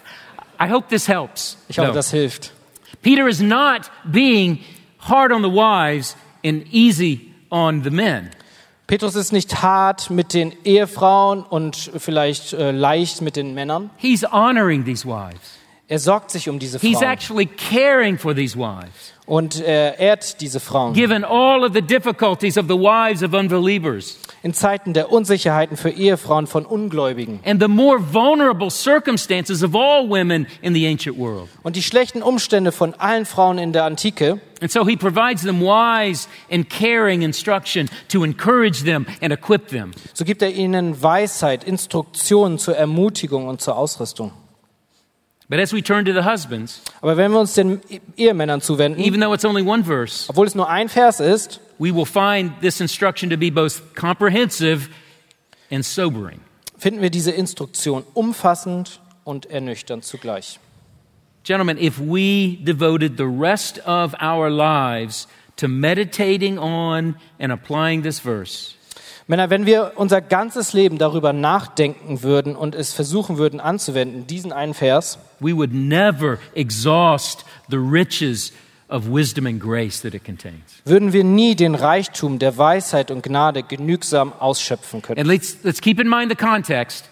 I hope this helps. Ich hoffe, though. das hilft. Peter is not being hard on the wives and easy on the men. Petrus ist nicht hart mit den Ehefrauen und vielleicht äh, leicht mit den Männern. He's honoring these wives. Er sorgt sich um diese He's Frauen actually caring for these wives, und er ehrt diese Frauen. given all of the difficulties of the wives of unbelievers In Zeiten der Unsicherheiten für Ehefrauen von Ungläubigen and the more vulnerable circumstances of all women in the ancient world. und die schlechten Umstände von allen Frauen in der Antike. And so he provides them wise and caring instruction to encourage them and equip them. So gibt er ihnen Weisheit, Instruktionen zur Ermutigung und zur Ausrüstung. But as we turn to the husbands, Aber wenn wir uns den Ehemännern zuwenden, even though it's only one verse, obwohl es nur ein Vers ist, we will find this instruction to be both comprehensive and sobering. finden wir diese Instruktion umfassend und ernüchternd zugleich. Gentlemen, if we devoted the rest of our lives to meditating on and applying this verse, Männer, wenn wir unser ganzes Leben darüber nachdenken würden und es versuchen würden anzuwenden, diesen einen Vers, we would never exhaust the riches of wisdom and grace that it contains. würden wir nie den Reichtum der Weisheit und Gnade genügsam ausschöpfen können. And let's, let's keep in mind the context.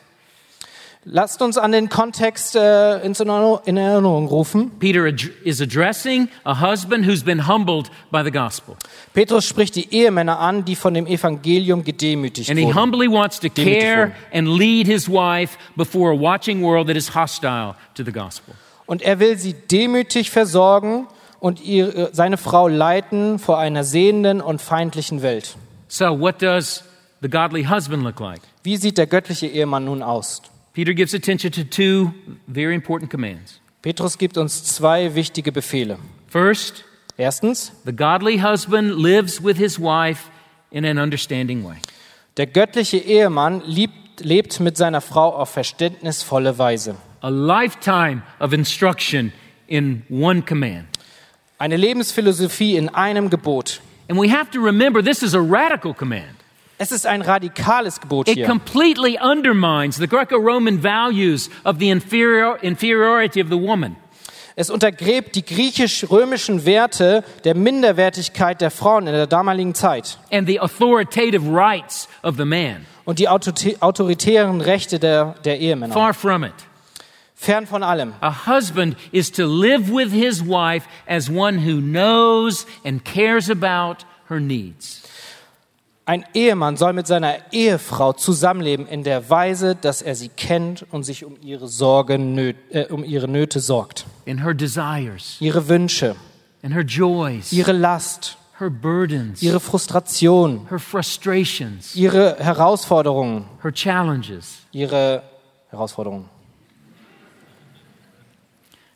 Lasst uns an den Kontext äh, ins Erinner- in Erinnerung rufen. Peter ad- is addressing a husband who's been humbled by the gospel. Petrus spricht die Ehemänner an, die von dem Evangelium gedemütigt And he wurden. humbly wants to Demütig care wurden. and lead his wife before a watching world that is hostile to the gospel. Und er will sie demütig versorgen und ihre, seine Frau leiten vor einer sehenden und feindlichen Welt. So what does the godly husband look like? Wie sieht der göttliche Ehemann nun aus? Peter gives attention to two very important commands. Petrus gibt uns zwei wichtige Befehle. First, Erstens, the godly husband lives with his wife in an understanding way. der göttliche Ehemann liebt, lebt mit seiner Frau auf verständnisvolle Weise. A lifetime of instruction in one command. Eine Lebensphilosophie in einem Gebot. And we have to remember this is a radical command. Es ist ein radikales Gebot It hier. completely undermines the Greco-Roman values of the inferior, inferiority of the woman. Es untergräbt die griechisch-römischen Werte der Minderwertigkeit der Frauen in der damaligen Zeit And the authoritative rights of the man. und die autoritä- autoritären Rechte der, der Ehemänner. Far from it. Fern von allem. A husband is to live with his wife as one who knows and cares about her needs. Ein Ehemann soll mit seiner Ehefrau zusammenleben in der Weise, dass er sie kennt und sich um ihre Sorgen, nöt, äh, um ihre Nöte sorgt. In her desires, Ihre Wünsche, in her joys, ihre Last, her burdens, ihre Frustration, her frustrations, ihre Herausforderungen, her challenges. ihre Herausforderungen.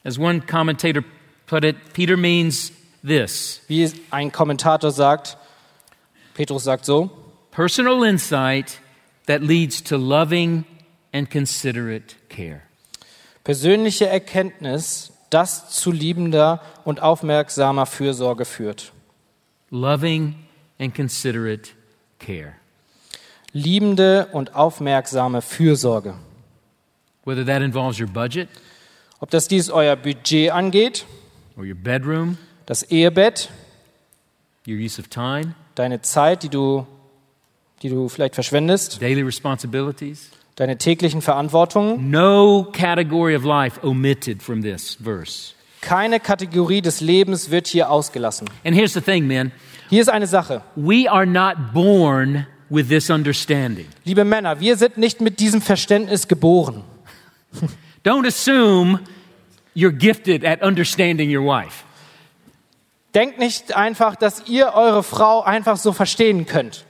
As one commentator put it, Peter means this: Wie ein Kommentator sagt, Petrus sagt so, personal insight that leads to loving and considerate care. persönliche Erkenntnis, das zu liebender und aufmerksamer Fürsorge führt. Loving and considerate care. Liebende und aufmerksame Fürsorge. Whether that involves your budget Ob das dies euer Budget angeht, or your bedroom, das Ehebett, your use of time, deine Zeit, die du, die du vielleicht verschwendest, daily responsibilities. deine täglichen Verantwortungen. No category of life omitted from this verse. Keine Kategorie des Lebens wird hier ausgelassen. And here's the thing, men. Hier ist eine Sache. We are not born with this understanding. Liebe Männer, wir sind nicht mit diesem Verständnis geboren. Don't assume you're gifted at understanding your wife. Denkt nicht einfach, dass ihr eure Frau einfach so verstehen könnt.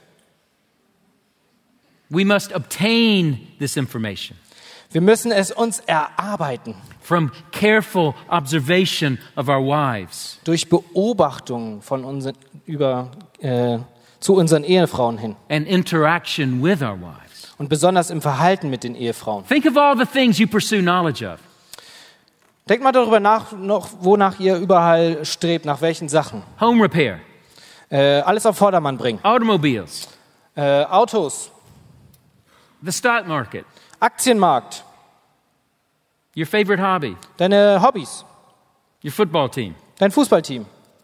We must obtain this information Wir müssen es uns erarbeiten. from careful observation of our wives. Durch Beobachtung von unseren, über, äh, zu unseren Ehefrauen hin. And interaction with our wives. Und besonders im Verhalten mit den Ehefrauen. Think of all the things you pursue knowledge of. Denkt mal darüber nach, noch, wonach ihr überall strebt, nach welchen Sachen. Home repair, Äh, alles auf Vordermann bringen. automobiles, Äh, Autos, the stock market, Aktienmarkt, your favorite hobby, deine Hobbys, your football team. dein Fußballteam.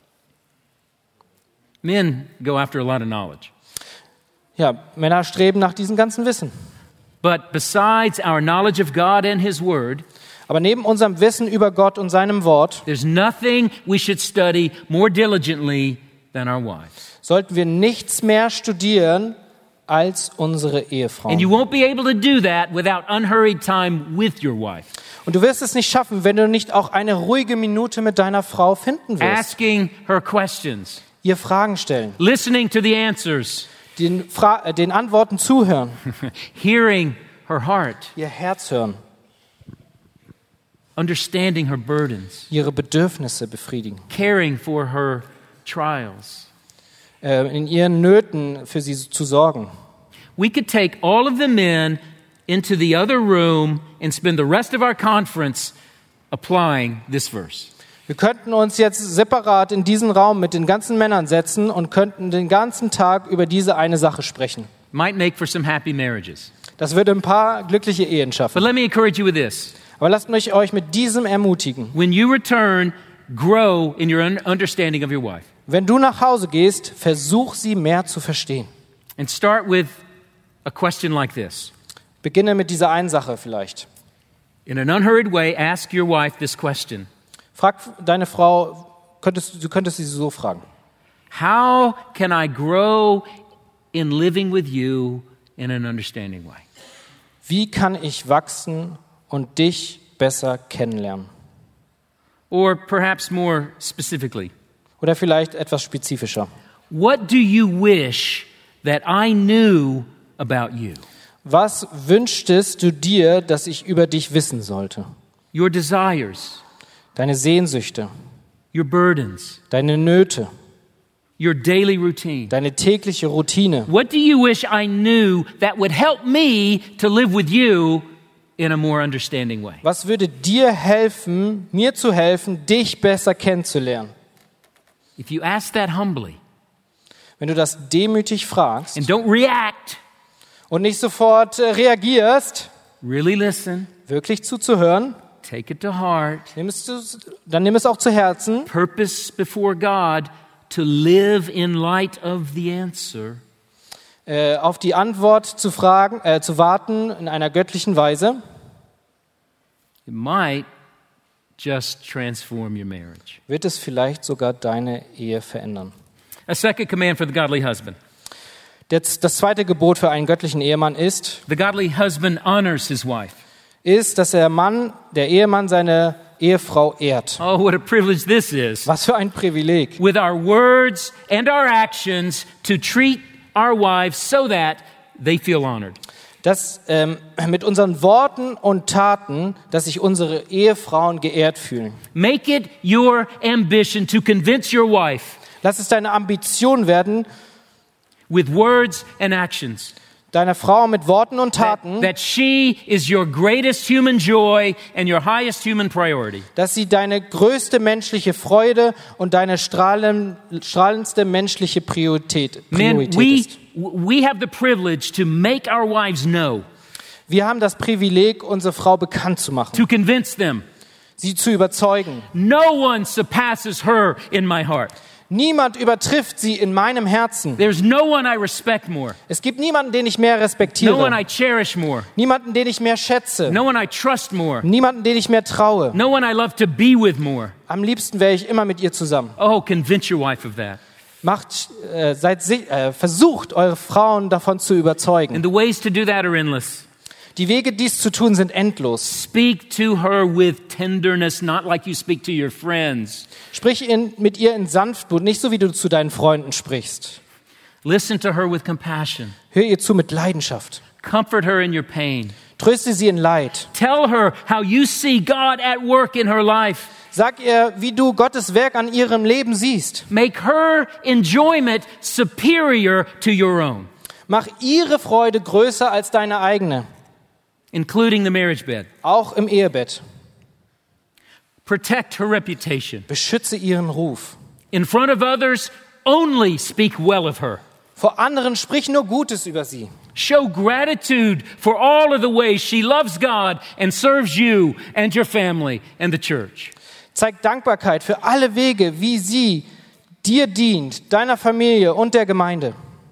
Men go after a lot of knowledge. Ja, Männer streben nach diesem ganzen Wissen. But besides our knowledge of God and His Word, Aber neben unserem Wissen über Gott und seinem Wort there's nothing we should study more diligently than our wives. sollten wir nichts mehr studieren als unsere And you Ehefrauen. won't be able to do that without unhurried time with your wife. Und du wirst es nicht schaffen, wenn du nicht auch eine ruhige Minute mit deiner Frau finden wirst. Asking her questions, Ihr Fragen stellen, listening to the answers, den, Fra- äh, den Antworten zuhören, hearing her heart, ihr Herz hören, understanding her burdens, ihre Bedürfnisse befriedigen, caring for her trials. äh, in ihren Nöten für sie zu sorgen. We could take all of the men into the other room and spend the rest of our conference applying this verse. Wir könnten uns jetzt separat in diesen Raum mit den ganzen Männern setzen und könnten den ganzen Tag über diese eine Sache sprechen. Might make for some happy marriages. Das würde ein paar glückliche Ehen But schaffen. let me encourage you with this. Aber lasst mich euch mit diesem ermutigen. When you return, grow in your un- understanding of your wife. Wenn du nach Hause gehst, versuch sie mehr zu verstehen. And start with a question like this. Beginne mit dieser einen Sache vielleicht. In an unhurried way, ask your wife this question. Frag deine Frau, könntest, du könntest sie so fragen. How can I grow in living with you in an understanding way? Wie kann ich wachsen und dich besser kennenlernen? Or perhaps more specifically, Oder vielleicht etwas spezifischer. what do you wish that I knew about you? Was wünschtest du dir, dass ich über dich wissen sollte? Your desires, Deine Sehnsüchte, your burdens, deine Nöte, your daily routine. deine tägliche Routine. What do you wish I knew that would help me to live with you in a more understanding way? Was würde dir helfen, mir zu helfen, dich besser kennenzulernen? If you ask that humbly Wenn du das demütig fragst and don't react, und nicht sofort äh, reagierst, really listen, wirklich zuzuhören, take it to heart, nimm es zu, dann nimm es auch zu Herzen, purpose before God to live in light of the answer, äh, auf die Antwort zu fragen, äh, zu warten in einer göttlichen Weise. it might just transform your marriage. Wird es vielleicht sogar deine Ehe verändern. A second command for the godly husband. Das, das zweite Gebot für einen göttlichen Ehemann ist, The godly husband honors his wife. ist, dass der Mann, der Ehemann seine Ehefrau ehrt. Oh, what a privilege this is. Was für ein Privileg. With our words and our actions to treat our wives so that they feel honored. dass ähm, mit unseren Worten und Taten, dass sich unsere Ehefrauen geehrt fühlen. Make it your ambition to convince your wife Lass es deine Ambition werden, with words and actions deiner Frau mit Worten und that, Taten, that she is your greatest human joy and your highest human priority. dass sie deine größte menschliche Freude und deine strahlen, strahlendste menschliche Priorität, Men, Priorität we, ist. we have the privilege to make our wives know, Wir haben das Privileg, unsere Frau bekannt zu machen, to convince them. sie zu überzeugen. No one surpasses her in my heart. Niemand übertrifft sie in meinem Herzen. There's no one I respect more. Es gibt niemanden, den ich mehr No one respektiere. I cherish more. Niemanden, den ich mehr schätze. No one I trust more. Niemanden, den ich mehr traue. No one I love to be with more. Am liebsten wäre ich immer mit ihr zusammen. Oh, convince your wife of that. Macht, äh, seid, si- äh, versucht, eure Frauen davon zu überzeugen. And the ways to do that are endless. Die Wege, dies zu tun, sind endlos. Speak to her with tenderness, not like you speak to your friends. Sprich in, mit ihr in Sanftmut, nicht so, wie du zu deinen Freunden sprichst. Listen to her with compassion. Hör ihr zu mit Leidenschaft. Comfort her in your pain. Tröste sie in Leid. Tell her how you see God at work in her life. Sag ihr, wie du Gottes Werk an ihrem Leben siehst. Make her enjoyment superior to your own, Mach ihre Freude größer als deine eigene, including the marriage bed. auch im Ehebett. Protect her reputation. Beschütze ihren Ruf. In front of others, only speak well of her. Vor anderen sprich nur Gutes über sie. Show gratitude for all of the ways she loves God and serves you and your family and the church. Zeig Dankbarkeit für alle Wege, wie sie dir dient, deiner Familie und der Gemeinde.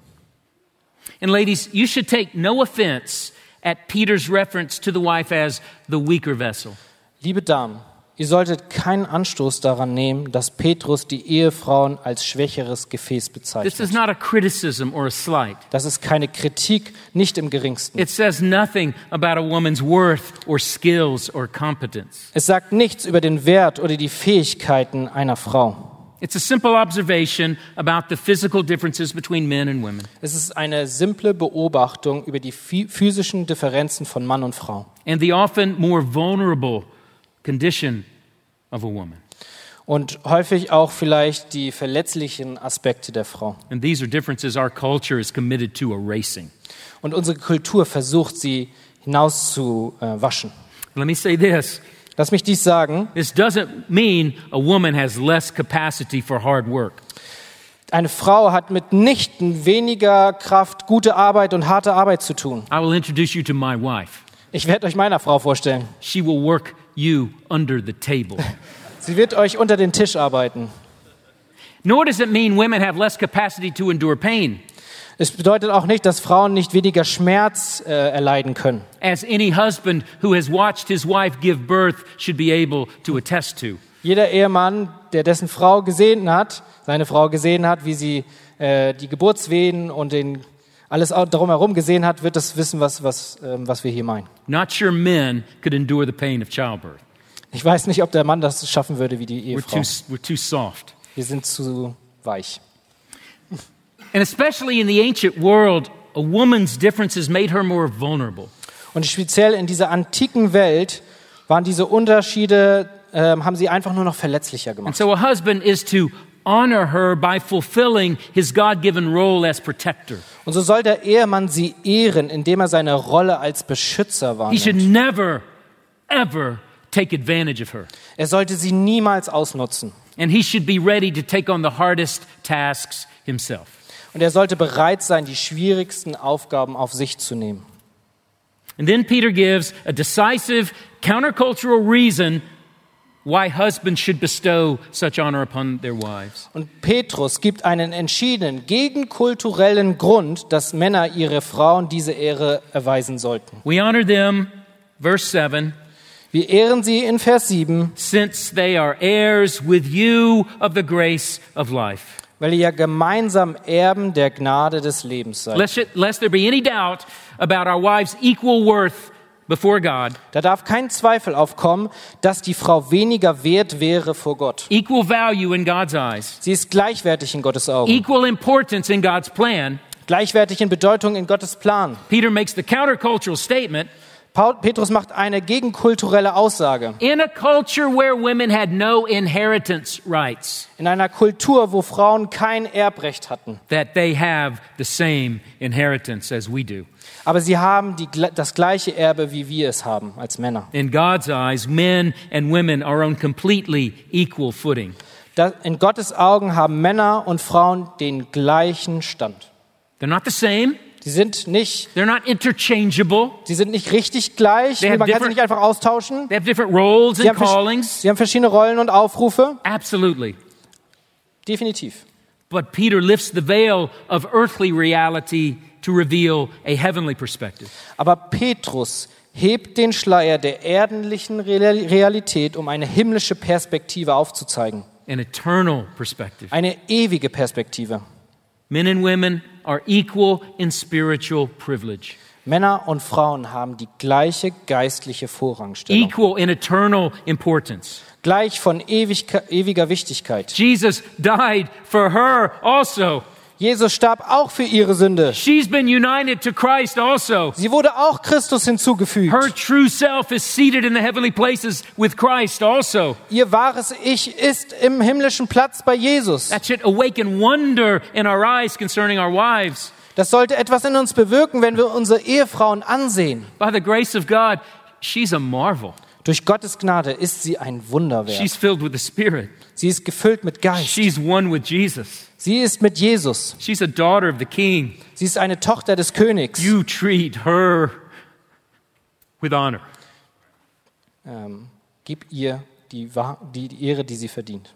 And ladies, you should take no offense at Peter's reference to the wife as the weaker vessel. Liebe Damen, ihr solltet keinen Anstoß daran nehmen, dass Petrus die Ehefrauen als schwächeres Gefäß This is bezeichnet. not a criticism or a slight. Das ist keine Kritik, nicht im geringsten. It says nothing about a woman's worth or skills or competence. Es sagt nichts über den Wert oder die Fähigkeiten einer Frau. It's a simple observation about the physical differences between men and women. Es ist eine simple Beobachtung über die phy- physischen Differenzen von Mann und Frau And the often more vulnerable condition of a woman. und häufig auch vielleicht die verletzlichen Aspekte der Frau. And these are differences our culture is committed to erasing. Und unsere Kultur versucht, sie hinauszuwaschen. Let me say this. Lass mich dies sagen. This doesn't mean a woman has less capacity for hard work. Eine Frau hat mitnichten weniger Kraft, gute Arbeit und harte Arbeit zu tun. I will introduce you to my wife. Ich werde euch meiner Frau vorstellen. She will work you under the table. Sie wird euch unter den Tisch arbeiten. Nor does it mean women have less capacity to endure pain. Es bedeutet auch nicht, dass Frauen nicht weniger Schmerz äh, erleiden können. As any husband who has watched his wife give birth should be able to attest to. Jeder Ehemann, der dessen Frau gesehen hat, seine Frau gesehen hat, wie sie äh, die Geburtswehen und den, alles au- darum herum gesehen hat, wird das wissen, was, was, ähm, was wir hier meinen. Not sure men could endure the pain of childbirth. Ich weiß nicht, ob der Mann das schaffen würde wie die We're Ehefrau. too, we're too soft. Wir sind zu weich. And especially in the ancient world, a woman's differences made her more vulnerable. Und speziell in dieser antiken Welt waren diese Unterschiede, ähm, haben sie einfach nur noch verletzlicher And gemacht. so a husband is to honor her by fulfilling his God-given role as protector. Und so soll der Ehemann sie ehren, indem er seine Rolle als Beschützer He should wahrnimmt. never, ever take advantage of her. Er sollte sie niemals ausnutzen. And he should be ready to take on the hardest tasks himself. Und er sollte bereit sein, die schwierigsten Aufgaben auf sich zu nehmen. And then Peter gives a decisive, countercultural reason why husbands should bestow such honor upon their wives. Und Petrus gibt einen entschiedenen, gegenkulturellen Grund, dass Männer ihre Frauen diese Ehre erweisen sollten. We honor them, verse seven, Wir ehren sie in Vers sieben, since they are heirs with you of the grace of life. weil ihr ja gemeinsam Erben der Gnade des Lebens seid. Lest, it, lest there be any doubt about our wives' equal worth before God, Da darf kein Zweifel aufkommen, dass die Frau weniger wert wäre vor Gott. equal value in God's eyes, Sie ist gleichwertig in Gottes Augen, equal importance in God's plan, gleichwertig in Bedeutung in Gottes Plan. Peter makes the countercultural statement, Paul, Petrus macht eine gegenkulturelle Aussage. in a culture where women had no inheritance rights, In einer Kultur, wo Frauen kein Erbrecht hatten. that they have the same inheritance as we do. Aber sie haben die, das gleiche Erbe, wie wir es haben als Männer. In God's eyes, men and women are on completely equal footing. Da, in Gottes Augen haben Männer und Frauen den gleichen Stand. They're not the same. Sie sind nicht, They're not interchangeable. sie sind nicht richtig gleich. They have Man kann sie different- nicht einfach austauschen. They have different roles Sie and haben, vers- callings. sie haben verschiedene Rollen und Aufrufe. Absolutely. Definitiv. But Peter lifts the veil of earthly reality to reveal a heavenly perspective. Aber Petrus hebt den Schleier der erdenlichen Real- Realität, um eine himmlische Perspektive aufzuzeigen. An eternal perspective. Eine ewige Perspektive. Men and women are equal in spiritual privilege, Männer und Frauen haben die gleiche geistliche Vorrangstellung. equal in eternal importance. Gleich von ewig, ewiger Wichtigkeit. Jesus died for her also. Jesus starb auch für ihre Sünde. She's been united to Christ also. Sie wurde auch Christus hinzugefügt. Her true self is seated in the heavenly places with Christ also. Ihr wahres Ich ist im himmlischen Platz bei Jesus. That should awaken wonder in our eyes concerning our wives. Das sollte etwas in uns bewirken, wenn wir unsere Ehefrauen ansehen. By the grace of God, she's a marvel. Durch Gottes Gnade ist sie ein Wunderwerk. She's filled with the Spirit. Sie ist gefüllt mit Geist. She's one with Jesus. Sie ist mit Jesus. She's a daughter of the King. Sie ist eine Tochter des Königs. You treat her with honor. Ähm, gib ihr die, Wahr- die, die Ehre, die sie verdient.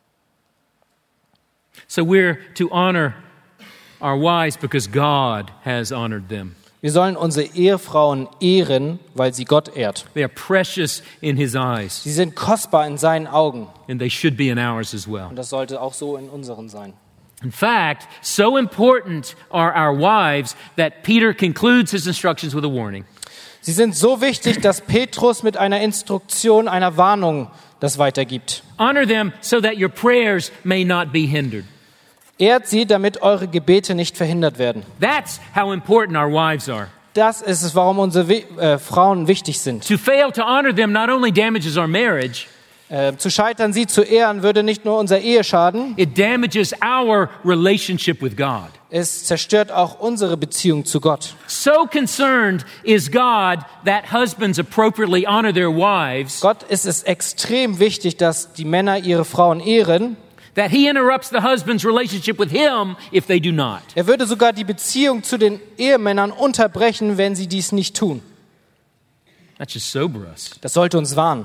So we're to honor our wives because God has honored them. Wir sollen unsere Ehefrauen ehren, weil sie Gott ehrt. They are precious in His eyes, Sie sind kostbar in seinen Augen. and they should be in ours as well. Und das sollte auch so in unseren sein. In fact, so important are our wives that Peter concludes his instructions with a warning. Sie sind so wichtig, dass Petrus mit einer Instruktion, einer Warnung das weitergibt. Honor them so that your prayers may not be hindered. Ehrt sie, damit eure Gebete nicht verhindert werden. That's how important our wives are. Das ist es, warum unsere We- äh, Frauen wichtig sind. To fail to honor them not only damages our marriage, Äh, zu scheitern, sie zu ehren, würde nicht nur unser Ehe schaden, it damages our relationship with God. es zerstört auch unsere Beziehung zu Gott. So concerned is God that husbands appropriately honor their wives Gott ist es extrem wichtig, dass die Männer ihre Frauen ehren. that he interrupts the husband's relationship with him if they do not. Er würde sogar die Beziehung zu den Ehemännern unterbrechen, wenn sie dies nicht tun. That should sober us. Das sollte uns warnen.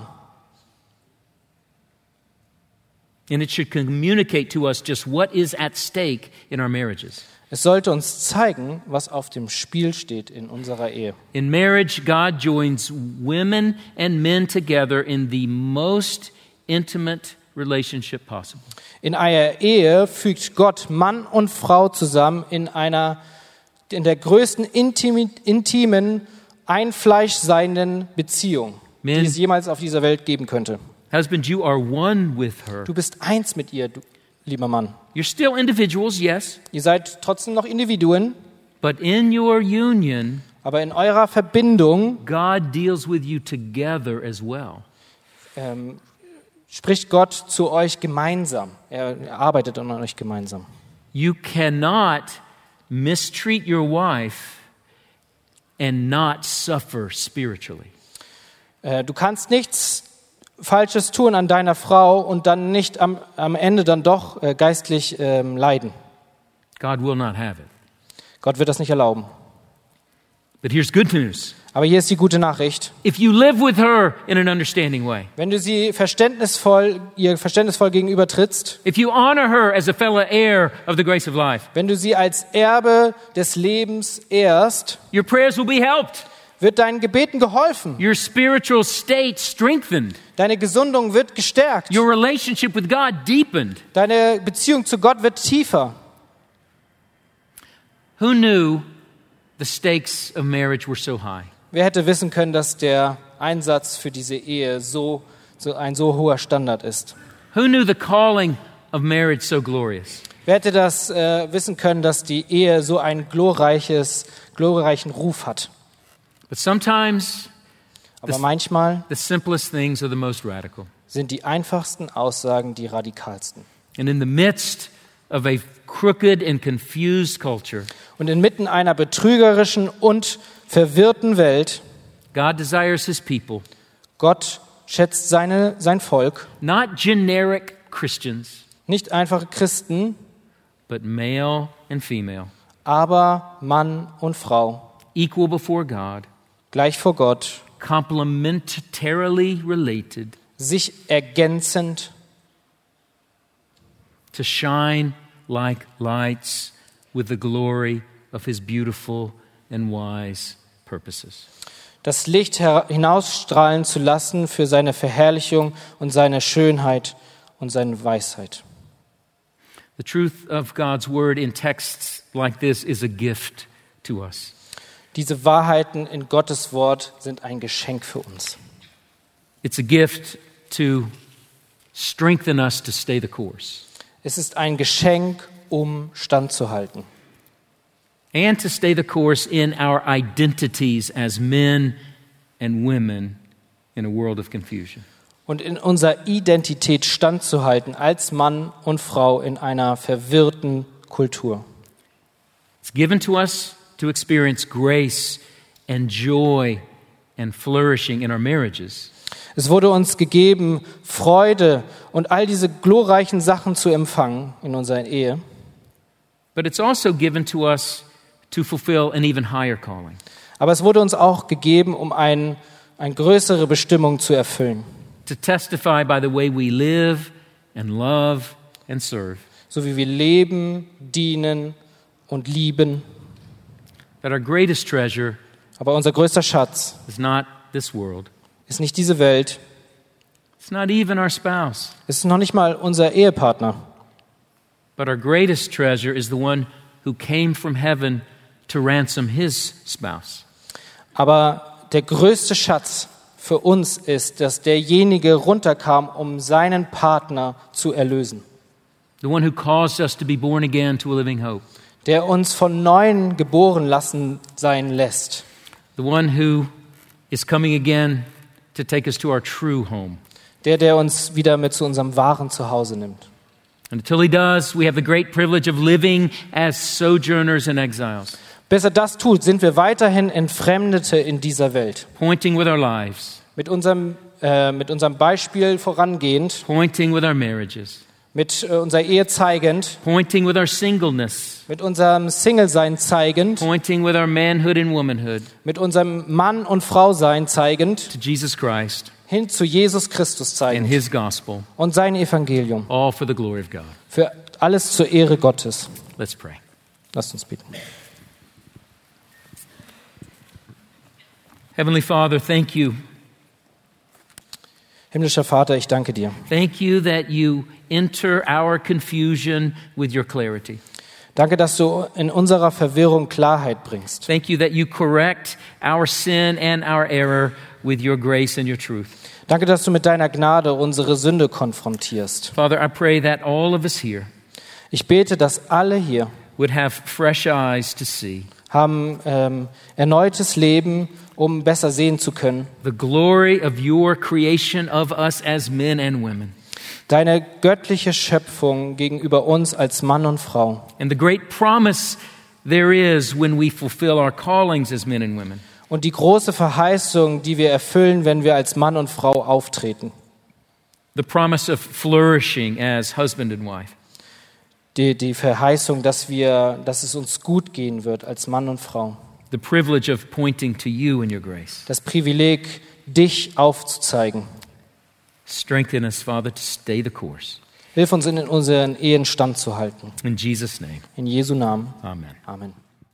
And it should communicate to us just what is at stake in our marriages. Es sollte uns zeigen, was auf dem Spiel steht in unserer Ehe. In marriage, God joins women and men together in the most intimate relationship possible. In einer Ehe fügt Gott Mann und Frau zusammen in einer, in der größten intimi, intimen, einfleischseienden Beziehung, Men- die es jemals auf dieser Welt geben könnte. Husband, you are one with her. Du bist eins mit ihr, du, lieber Mann. You're still individuals, yes, Ihr seid trotzdem noch Individuen, but in your union, aber in eurer Verbindung God deals with you together as well. ähm, spricht Gott zu euch gemeinsam. Er arbeitet an euch gemeinsam. You cannot mistreat your wife and not suffer spiritually. Äh, du kannst nichts Falsches tun an deiner Frau und dann nicht am, am Ende dann doch äh, geistlich ähm, leiden. God will not have it. Gott wird das nicht erlauben. But here's good news. Aber hier ist die gute Nachricht. If you live with her in an understanding way, Wenn du sie verständnisvoll, ihr verständnisvoll gegenüber trittst, if you honor her as a fellow heir of the grace of life, wenn du sie als Erbe des Lebens ehrst, your prayers will be helped. wird deinen Gebeten geholfen. Your spiritual state strengthened. Deine Gesundung wird gestärkt. Your relationship with God deepened. Deine Beziehung zu Gott wird tiefer. Who knew the stakes of marriage were so high? Wer hätte wissen können, dass der Einsatz für diese Ehe so, so ein so hoher Standard ist? Who knew the calling of marriage so glorious? Wer hätte das äh, wissen können, dass die Ehe so einen glorreiches, glorreichen Ruf hat? But sometimes Aber Das- manchmal the simplest things are the most radical. sind die einfachsten Aussagen die radikalsten. And in the midst of a crooked and confused culture, Und inmitten einer betrügerischen und verwirrten Welt, God desires his people, Gott schätzt seine, sein Volk, not generic Christians, nicht einfache Christen, but male and female, aber Mann und Frau, equal before God, gleich vor Gott, complementarily related, sich ergänzend, to shine like lights with the glory of his beautiful and wise purposes. das Licht her- hinausstrahlen zu lassen für seine Verherrlichung und seine Schönheit und seine Weisheit. The truth of God's word in texts like this is a gift to us. Diese Wahrheiten in Gottes Wort sind ein Geschenk für uns. It's a gift to strengthen us to stay the course Es ist ein Geschenk, um standzuhalten. and to stay the course in our identities as men and women in a world of confusion. Und in unserer Identität standzuhalten als Mann und Frau in einer verwirrten Kultur. It's given to us to experience grace and joy and flourishing in our marriages. Es wurde uns gegeben, Freude und all diese glorreichen Sachen zu empfangen in unserer Ehe. But it's also given to us to fulfill an even higher calling. Aber es wurde uns auch gegeben, um ein, eine größere Bestimmung zu erfüllen. To testify by the way we live and love and serve So wie wir leben, dienen und lieben. that our greatest treasure Aber unser größter Schatz is not this world. ist nicht diese Welt. It's not even our spouse. Es ist noch nicht mal unser Ehepartner. But our greatest treasure is the one who came from heaven to ransom his spouse. Aber der größte Schatz für uns ist, dass derjenige runterkam, um seinen Partner zu erlösen. The one who caused us to be born again to a living hope. Der uns von Neuem geboren lassen sein lässt. The one who is coming again to take us to our true home. Der, der uns wieder mit zu unserem wahren Zuhause nimmt. And until he does, we have the great privilege of living as sojourners and exiles, Bis er das tut, sind wir weiterhin Entfremdete in dieser Welt. pointing with our lives, Mit unserem, äh, mit unserem Beispiel vorangehend, pointing with our marriages, mit äh, unserer Ehe zeigend, pointing with our singleness, mit unserem Single-Sein zeigend, pointing with our manhood and womanhood mit unserem Mann- und Frau-Sein zeigend, to Jesus Christ hin zu Jesus Christus and zeigend his gospel, und sein Evangelium. all for the glory of God. Für alles zur Ehre Gottes. Let's pray. Lasst uns beten. Heavenly Father, thank you. Himmlischer Vater, ich danke dir. Thank you that you enter our confusion with your clarity. Danke, dass du in unserer Verwirrung Klarheit bringst. Thank you that you correct our sin and our error with your grace and your truth. Danke, dass du mit deiner Gnade unsere Sünde konfrontierst. Father, I pray that all of us here Ich bete, dass alle hier would have fresh eyes to see haben ähm, erneutes Leben, um besser sehen zu können. the glory of your creation of us as men and women, Deine göttliche Schöpfung gegenüber uns als Mann und Frau. and the great promise there is when we fulfill our callings as men and women. Und die große Verheißung, die wir erfüllen, wenn wir als Mann und Frau auftreten. The promise of flourishing as husband and wife. Die, die Verheißung, dass, wir, dass es uns gut gehen wird als Mann und Frau. The privilege of pointing to you in your grace. Das Privileg, dich aufzuzeigen. Strengthen us, Father, to stay the course. Hilf uns in unseren Ehen standzuhalten. In Jesus' name, In Jesu Namen. amen. Amen.